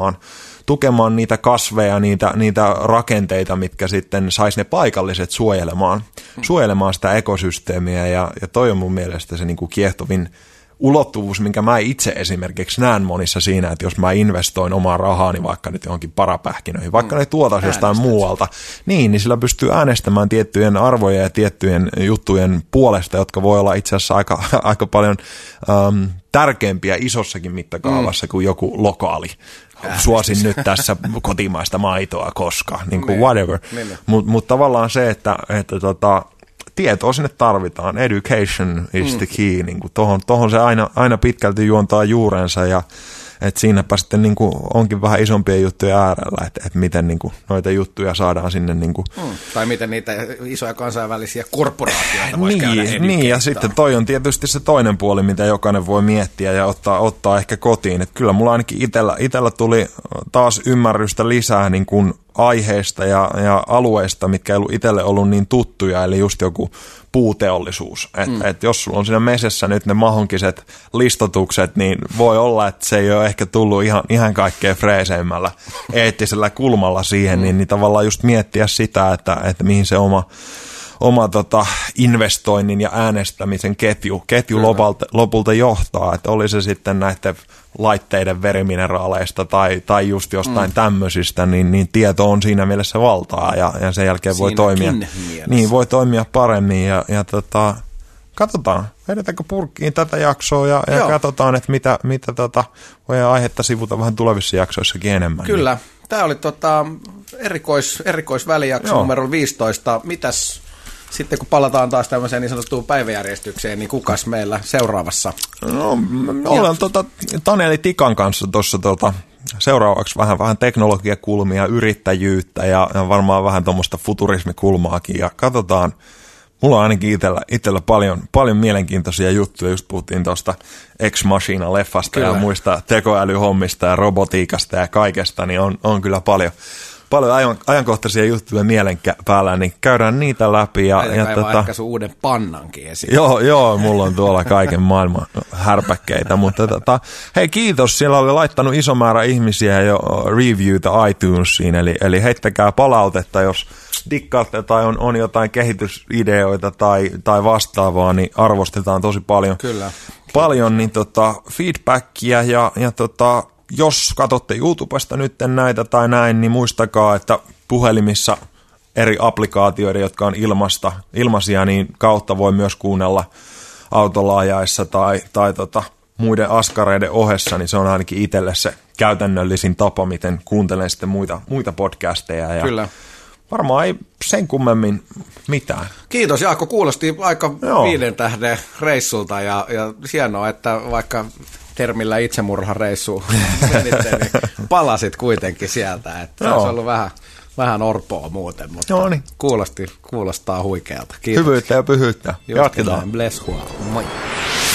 tukemaan niitä kasveja, niitä rakenteita, mitkä sitten saisi ne paikalliset suojelemaan sitä ekosysteemiä ja toi on mun mielestä se niinku kiehtovin ulottuvuus, minkä mä itse esimerkiksi näen monissa siinä, että jos mä investoin omaa rahaani vaikka nyt johonkin parapähkinöihin, vaikka ne tuotaisi jostain muualta, niin sillä pystyy äänestämään tiettyjen arvojen ja tiettyjen juttujen puolesta, jotka voi olla itse asiassa aika paljon tärkeämpiä isossakin mittakaavassa kuin joku lokaali. Suosin nyt tässä kotimaista maitoa, koska, niin kuin whatever. Mutta tavallaan se, että tietoa sinne tarvitaan. Education is the key. Niin kuin tohon se aina pitkälti juontaa juurensa ja että siinäpä sitten niin kuin onkin vähän isompia juttuja äärellä, että miten niin kuin noita juttuja saadaan sinne. Niin kuin tai miten niitä isoja kansainvälisiä korporaatioita voisi käydä niin, ja sitten toi on tietysti se toinen puoli, mitä jokainen voi miettiä ja ottaa ehkä kotiin. Että kyllä mulla ainakin itsellä tuli taas ymmärrystä lisää niin kuin aiheista ja alueista, mitkä ei itselle ollut niin tuttuja, eli just joku puuteollisuus. Et jos sulla on siinä mesessä nyt ne mahonkiset listotukset, niin voi olla, että se ei ole ehkä tullut ihan kaikkein freeseimmällä eettisellä kulmalla siihen, niin tavallaan just miettiä sitä, että mihin se oma investoinnin ja äänestämisen ketju lopulta johtaa, että oli se sitten näiden laitteiden verimineraaleista tai just jostain tämmöisistä, niin tieto on siinä mielessä valtaa ja sen jälkeen voi toimia paremmin ja katsotaan, vedetäänkö purkkiin tätä jaksoa ja katsotaan, että mitä voi aihetta sivuta vähän tulevissa jaksoissakin enemmän. Kyllä, tämä oli erikoisvälijakso numero 15. Mitäs sitten kun palataan taas tämmöiseen niin sanottuun päiväjärjestykseen, niin kukas meillä seuraavassa? No, me ollaan Taneli Tikan kanssa tuossa seuraavaksi vähän teknologiakulmia, yrittäjyyttä ja varmaan vähän tuommoista futurismikulmaakin ja katsotaan. Mulla on ainakin itsellä paljon mielenkiintoisia juttuja, just puhuttiin tuosta Ex Machina-leffasta ja muista tekoälyhommista ja robotiikasta ja kaikesta, niin on kyllä paljon ajankohtaisia juttuja mielen päällä, niin käydään niitä läpi. Ja ehkä sun uuden pannankin esiin. Joo, mulla on tuolla kaiken maailman härpäkkeitä, mutta hei kiitos, siellä oli laittanut iso määrä ihmisiä jo reviewtä iTunesiin, eli heittäkää palautetta, jos dikkaatte tai on jotain kehitysideoita tai vastaavaa, niin arvostetaan tosi paljon. Kyllä. Paljon niin feedbackia ja jos katsotte YouTubesta nyt näitä tai näin, niin muistakaa, että puhelimissa eri applikaatioiden, jotka on ilmaisia, niin kautta voi myös kuunnella autolla ajaessa tai muiden askareiden ohessa, niin se on ainakin itselle se käytännöllisin tapa, miten kuuntelen sitten muita podcasteja. Ja kyllä. Varmaan ei sen kummemmin mitään. Kiitos Jaakko, kuulosti aika 5 tähden reissulta ja hienoa, että vaikka termillä itsemurhareissu niin palasit kuitenkin sieltä. Että se olisi ollut vähän orpoa muuten, mutta kuulostaa huikealta. Kiitos. Hyvyyttä ja pyhyyttä. Jatketaan. Bless moi.